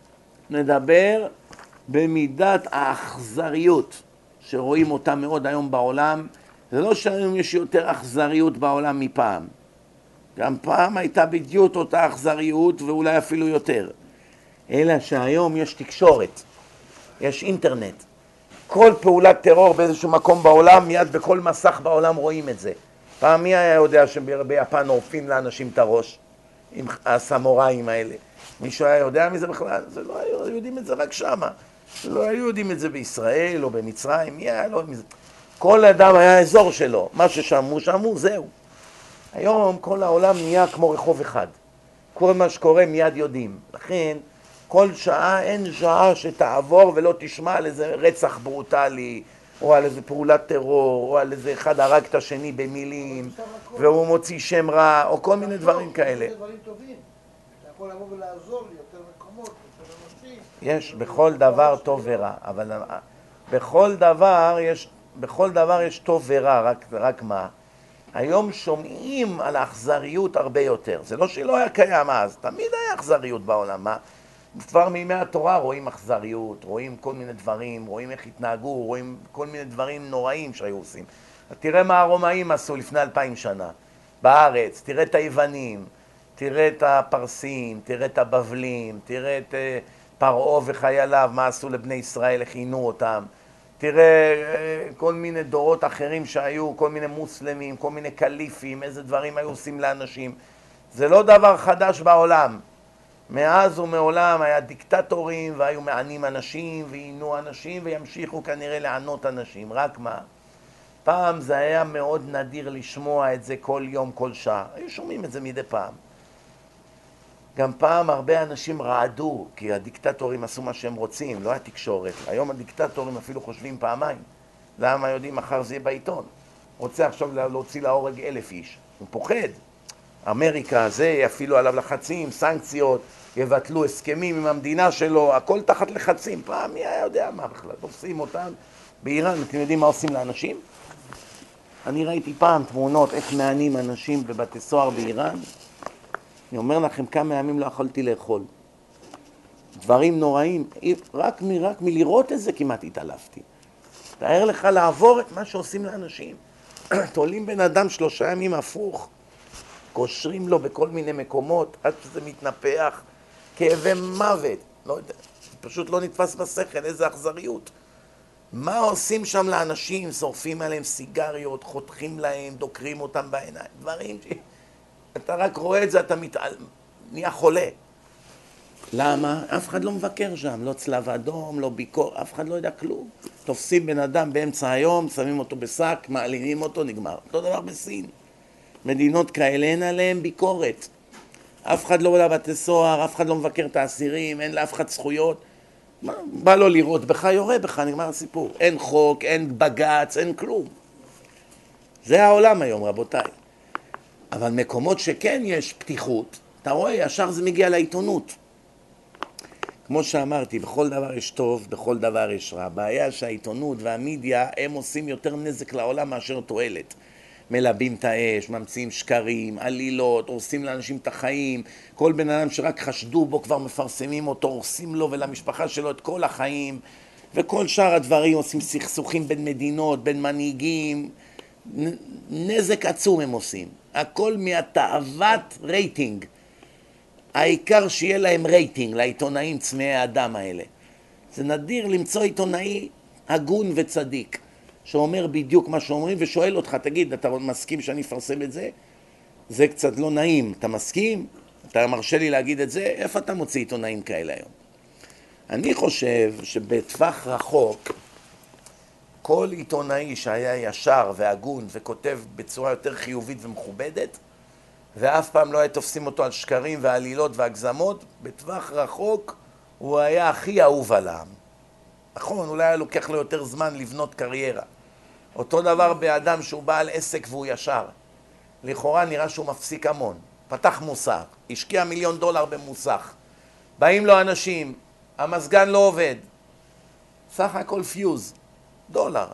נדבר במידת האכזריות שרואים אותה מאוד היום בעולם. זה לא שהיום יש יותר אכזריות בעולם מפעם. גם פעם הייתה בדיוק אותה אכזריות ואולי אפילו יותר. אלא שהיום יש תקשורת, יש אינטרנט. כל פעולת טרור באיזשהו מקום בעולם, מיד בכל מסך בעולם רואים את זה. פעם מי היה יודע שביפן עורפים לאנשים את הראש עם הסמוראים האלה? מישהו היה יודע מזה בכלל? זה לא היו יודעים את זה רק שמה. לא היו יודעים את זה בישראל או במצרים. מי היה לא מזה? כל אדם היה אזור שלו. מה ששמעו, שמעו, זהו. היום כל העולם נהיה כמו רחוב אחד. כל מה שקורה מיד יודעים. לכן כל שעה אין שעה שתעבור ולא תשמע על איזה רצח ברוטלי, או על איזה פעולת טרור, או על איזה אחד הרג את השני במילים, והוא מוציא שם רע, או כל מיני דברים כאלה. זה דברים טובים. אתה יכול לבוא ולעזור לי יותר מקומות, יותר אנשים. יש בכל דבר טוב ורע, אבל בכל דבר יש, בכל דבר יש טוב ורע, רק, רק מה? היום שומעים על האכזריות הרבה יותר. זה לא שלא היה קיים אז, תמיד היה אכזריות בעולם, מה? כבר מימי התורה רואים אכזריות, רואים כל מיני דברים, רואים איך התנהגו, רואים כל מיני דברים נוראים שהיו עושים. תראה מה הרומאים עשו לפני אלפיים שנה בארץ, תראה את היוונים, תראה את הפרסים, תראה את הבבלים, תראה את פרעה וחייליו, מה עשו לבני ישראל, איך עינו אותם. תראה כל מיני דורות אחרים שהיו, כל מיני מוסלמים, כל מיני קליפים, איזה דברים היו עושים לאנשים. זה לא דבר חדש בעולם. מאז ומעולם היה דיקטטורים והיו מענים אנשים ועינו אנשים וימשיכו כנראה לענות אנשים. רק מה? פעם זה היה מאוד נדיר לשמוע את זה כל יום, כל שעה. היו שומעים את זה מדי פעם. גם פעם הרבה אנשים רעדו, כי הדיקטטורים עשו מה שהם רוצים, לא היה תקשורת. היום הדיקטטורים אפילו חושבים פעמיים. למה יודעים מחר זה יהיה בעיתון? רוצה עכשיו להוציא להורג אלף איש. הוא פוחד. אמריקה זה, יפעילו עליו לחצים, סנקציות, יבטלו הסכמים עם המדינה שלו, הכל תחת לחצים. פעם מי היה יודע מה בכלל? תופסים אותם באיראן. אתם יודעים מה עושים לאנשים? אני ראיתי פעם תמונות איך מענים אנשים בבתי סוהר באיראן. אני אומר לכם כמה ימים לא יכולתי לאכול. דברים נוראים, רק, מ, רק מלראות את זה כמעט התעלפתי. תאר לך לעבור את מה שעושים לאנשים. תולים בן אדם שלושה ימים הפוך, קושרים לו בכל מיני מקומות, עד שזה מתנפח, כאבי מוות. לא יודע, פשוט לא נתפס בשכל, איזה אכזריות. מה עושים שם לאנשים? שורפים עליהם סיגריות, חותכים להם, דוקרים אותם בעיניים. דברים ש... אתה רק רואה את זה, אתה מתעל... נהיה חולה. למה? אף אחד לא מבקר שם, לא צלב אדום, לא ביקור, אף אחד לא יודע כלום. תופסים בן אדם באמצע היום, שמים אותו בשק, מעלימים אותו, נגמר. אותו דבר בסין. מדינות כאלה אין עליהם ביקורת. אף אחד לא עולה בתי סוהר, אף אחד לא מבקר את האסירים, אין לאף אחד זכויות. מה? בא לו לראות בך, יורה בך, נגמר הסיפור. אין חוק, אין בגץ, אין כלום. זה העולם היום, רבותיי. אבל מקומות שכן יש פתיחות, אתה רואה, ישר זה מגיע לעיתונות. כמו שאמרתי, בכל דבר יש טוב, בכל דבר יש רע. הבעיה שהעיתונות והמידיה, הם עושים יותר נזק לעולם מאשר תועלת. מלבים את האש, ממציאים שקרים, עלילות, הורסים לאנשים את החיים. כל בן אדם שרק חשדו בו כבר מפרסמים אותו, הורסים לו ולמשפחה שלו את כל החיים. וכל שאר הדברים עושים סכסוכים בין מדינות, בין מנהיגים. נזק עצום הם עושים. הכל מהתאוות רייטינג. העיקר שיהיה להם רייטינג, לעיתונאים צמאי האדם האלה. זה נדיר למצוא עיתונאי הגון וצדיק, שאומר בדיוק מה שאומרים ושואל אותך, תגיד, אתה מסכים שאני אפרסם את זה? זה קצת לא נעים. אתה מסכים? אתה מרשה לי להגיד את זה? איפה אתה מוציא עיתונאים כאלה היום? אני חושב שבטווח רחוק, כל עיתונאי שהיה ישר והגון וכותב בצורה יותר חיובית ומכובדת, ואף פעם לא היה תופסים אותו על שקרים ועלילות והגזמות, בטווח רחוק הוא היה הכי אהוב על העם. נכון, אולי היה לוקח לו יותר זמן לבנות קריירה. אותו דבר באדם שהוא בעל עסק והוא ישר. לכאורה נראה שהוא מפסיק המון. פתח מוסך, השקיע מיליון דולר במוסך. באים לו אנשים, המסגן לא עובד. סך הכל פיוז, דולר.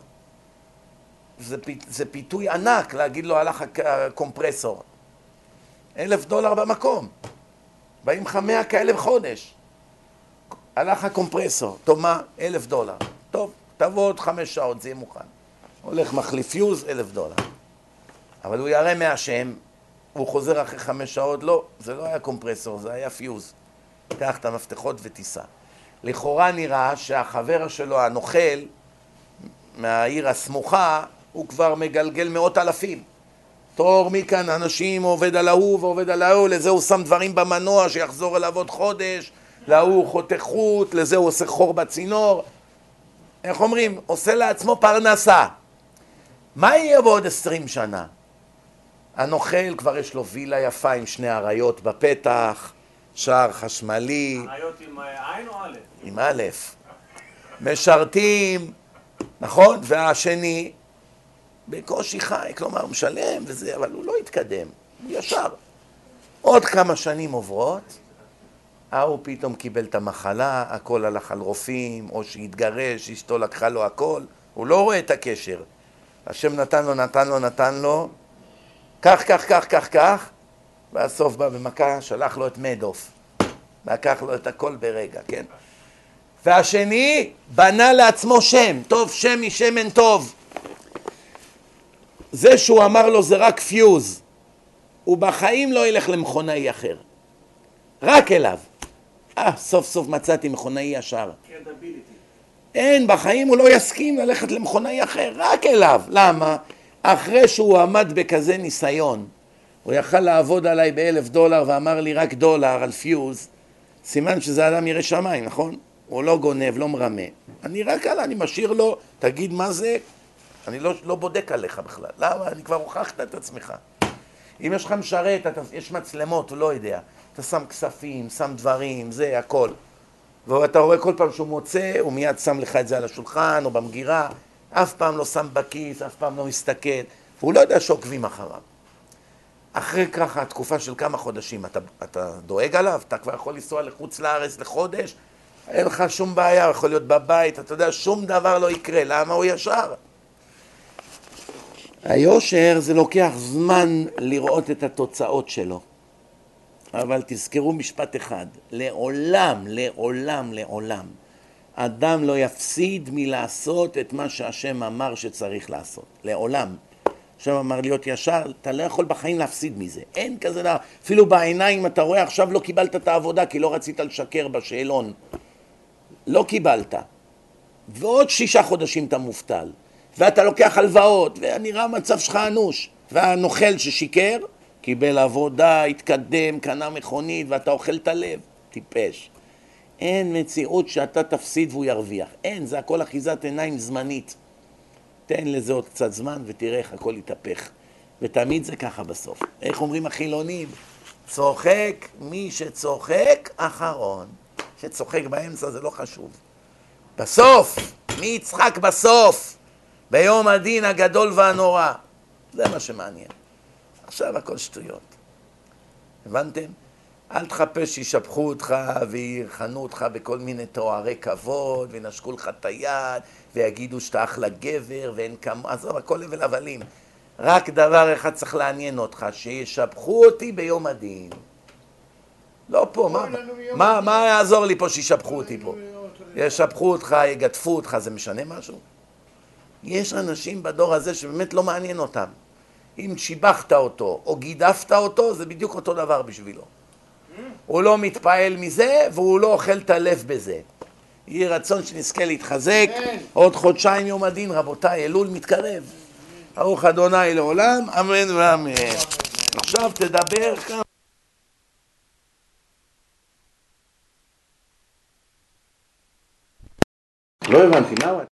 זה, זה פיתוי ענק להגיד לו הלך הקומפרסור. אלף דולר במקום. באים לך מאה כאלה בחודש. הלך הקומפרסור. טוב מה? אלף דולר. טוב, תבוא עוד חמש שעות, זה יהיה מוכן. הולך מחליף פיוז, אלף דולר. אבל הוא יראה מהשם, הוא חוזר אחרי חמש שעות, לא, זה לא היה קומפרסור, זה היה פיוז. קח את המפתחות ותיסע. לכאורה נראה שהחבר שלו, הנוכל, מהעיר הסמוכה, הוא כבר מגלגל מאות אלפים. תור מכאן, אנשים עובד על ההוא ועובד על ההוא, לזה הוא שם דברים במנוע שיחזור אליו עוד חודש, להוא חותך חוט, לזה הוא עושה חור בצינור. איך אומרים? עושה לעצמו פרנסה. מה יהיה בעוד עשרים שנה? הנוכל כבר יש לו וילה יפה עם שני אריות בפתח, שער חשמלי. אריות עם עין או א'? עם א'. משרתים, נכון? והשני בקושי חי, כלומר משלם וזה, אבל הוא לא יתקדם, הוא ישר. עוד כמה שנים עוברות, הוא פתאום קיבל את המחלה, הכל הלך על רופאים, או שהתגרש, אשתו לקחה לו הכל, הוא לא רואה את הקשר. השם נתן לו, נתן לו, נתן לו, כך, כך, כך, כך, כך, והסוף בא במכה, שלח לו את מדוף. לקח לו את הכל ברגע, כן? והשני בנה לעצמו שם, טוב שם משמן טוב. זה שהוא אמר לו זה רק פיוז, הוא בחיים לא ילך למכונאי אחר, רק אליו. אה, סוף סוף מצאתי מכונאי ישר. אין, בחיים הוא לא יסכים ללכת למכונאי אחר, רק אליו. למה? אחרי שהוא עמד בכזה ניסיון, הוא יכל לעבוד עליי באלף דולר ואמר לי רק דולר על פיוז, סימן שזה אדם ירא שמיים, נכון? הוא לא גונב, לא מרמה. אני רק עלה, אני משאיר לו, תגיד מה זה, אני לא, לא בודק עליך בכלל. למה? אני כבר הוכחת את עצמך. אם יש לך משרת, אתה, יש מצלמות, הוא לא יודע. אתה שם כספים, שם דברים, זה, הכל. ואתה רואה כל פעם שהוא מוצא, הוא מיד שם לך את זה על השולחן או במגירה, אף פעם לא שם בכיס, אף פעם לא מסתכל, והוא לא יודע שעוקבים אחריו. אחרי ככה, התקופה של כמה חודשים, אתה, אתה דואג עליו, אתה כבר יכול לנסוע לחוץ לארץ לחודש, אין לך שום בעיה, יכול להיות בבית, אתה יודע, שום דבר לא יקרה, למה הוא ישר? היושר זה לוקח זמן לראות את התוצאות שלו, אבל תזכרו משפט אחד, לעולם, לעולם, לעולם, אדם לא יפסיד מלעשות את מה שהשם אמר שצריך לעשות, לעולם. השם אמר להיות ישר, אתה לא יכול בחיים להפסיד מזה, אין כזה דבר, אפילו בעיניים אתה רואה עכשיו לא קיבלת את העבודה כי לא רצית לשקר בשאלון, לא קיבלת, ועוד שישה חודשים אתה מובטל, ואתה לוקח הלוואות, ונראה מצב שלך אנוש, והנוכל ששיקר, קיבל עבודה, התקדם, קנה מכונית, ואתה אוכל את הלב, טיפש. אין מציאות שאתה תפסיד והוא ירוויח, אין, זה הכל אחיזת עיניים זמנית. תן לזה עוד קצת זמן ותראה איך הכל יתהפך. ותמיד זה ככה בסוף. איך אומרים החילונים? צוחק מי שצוחק אחרון. שצוחק באמצע זה לא חשוב. בסוף, מי יצחק בסוף? ביום הדין הגדול והנורא. זה מה שמעניין. עכשיו הכל שטויות. הבנתם? אל תחפש שישפחו אותך וירחנו אותך בכל מיני תוארי כבוד וינשקו לך את היד ויגידו שאתה אחלה גבר ואין כמו, עזוב, הכל הבל הבלים. רק דבר אחד צריך לעניין אותך, שישפחו אותי ביום הדין. לא פה, מה, מה, מה יעזור לי פה שישפחו אותי פה? ישפחו אותך, יגדפו אותך, זה משנה משהו? יש אנשים בדור הזה שבאמת לא מעניין אותם. אם שיבחת אותו או גידפת אותו, זה בדיוק אותו דבר בשבילו. הוא לא מתפעל מזה והוא לא אוכל את הלב בזה. יהיה רצון שנזכה להתחזק. עוד חודשיים יום הדין, רבותיי, אלול מתקרב. ברוך אדוני לעולם, אמן ואמן. עכשיו תדבר כאן. לא הבנתי, מה?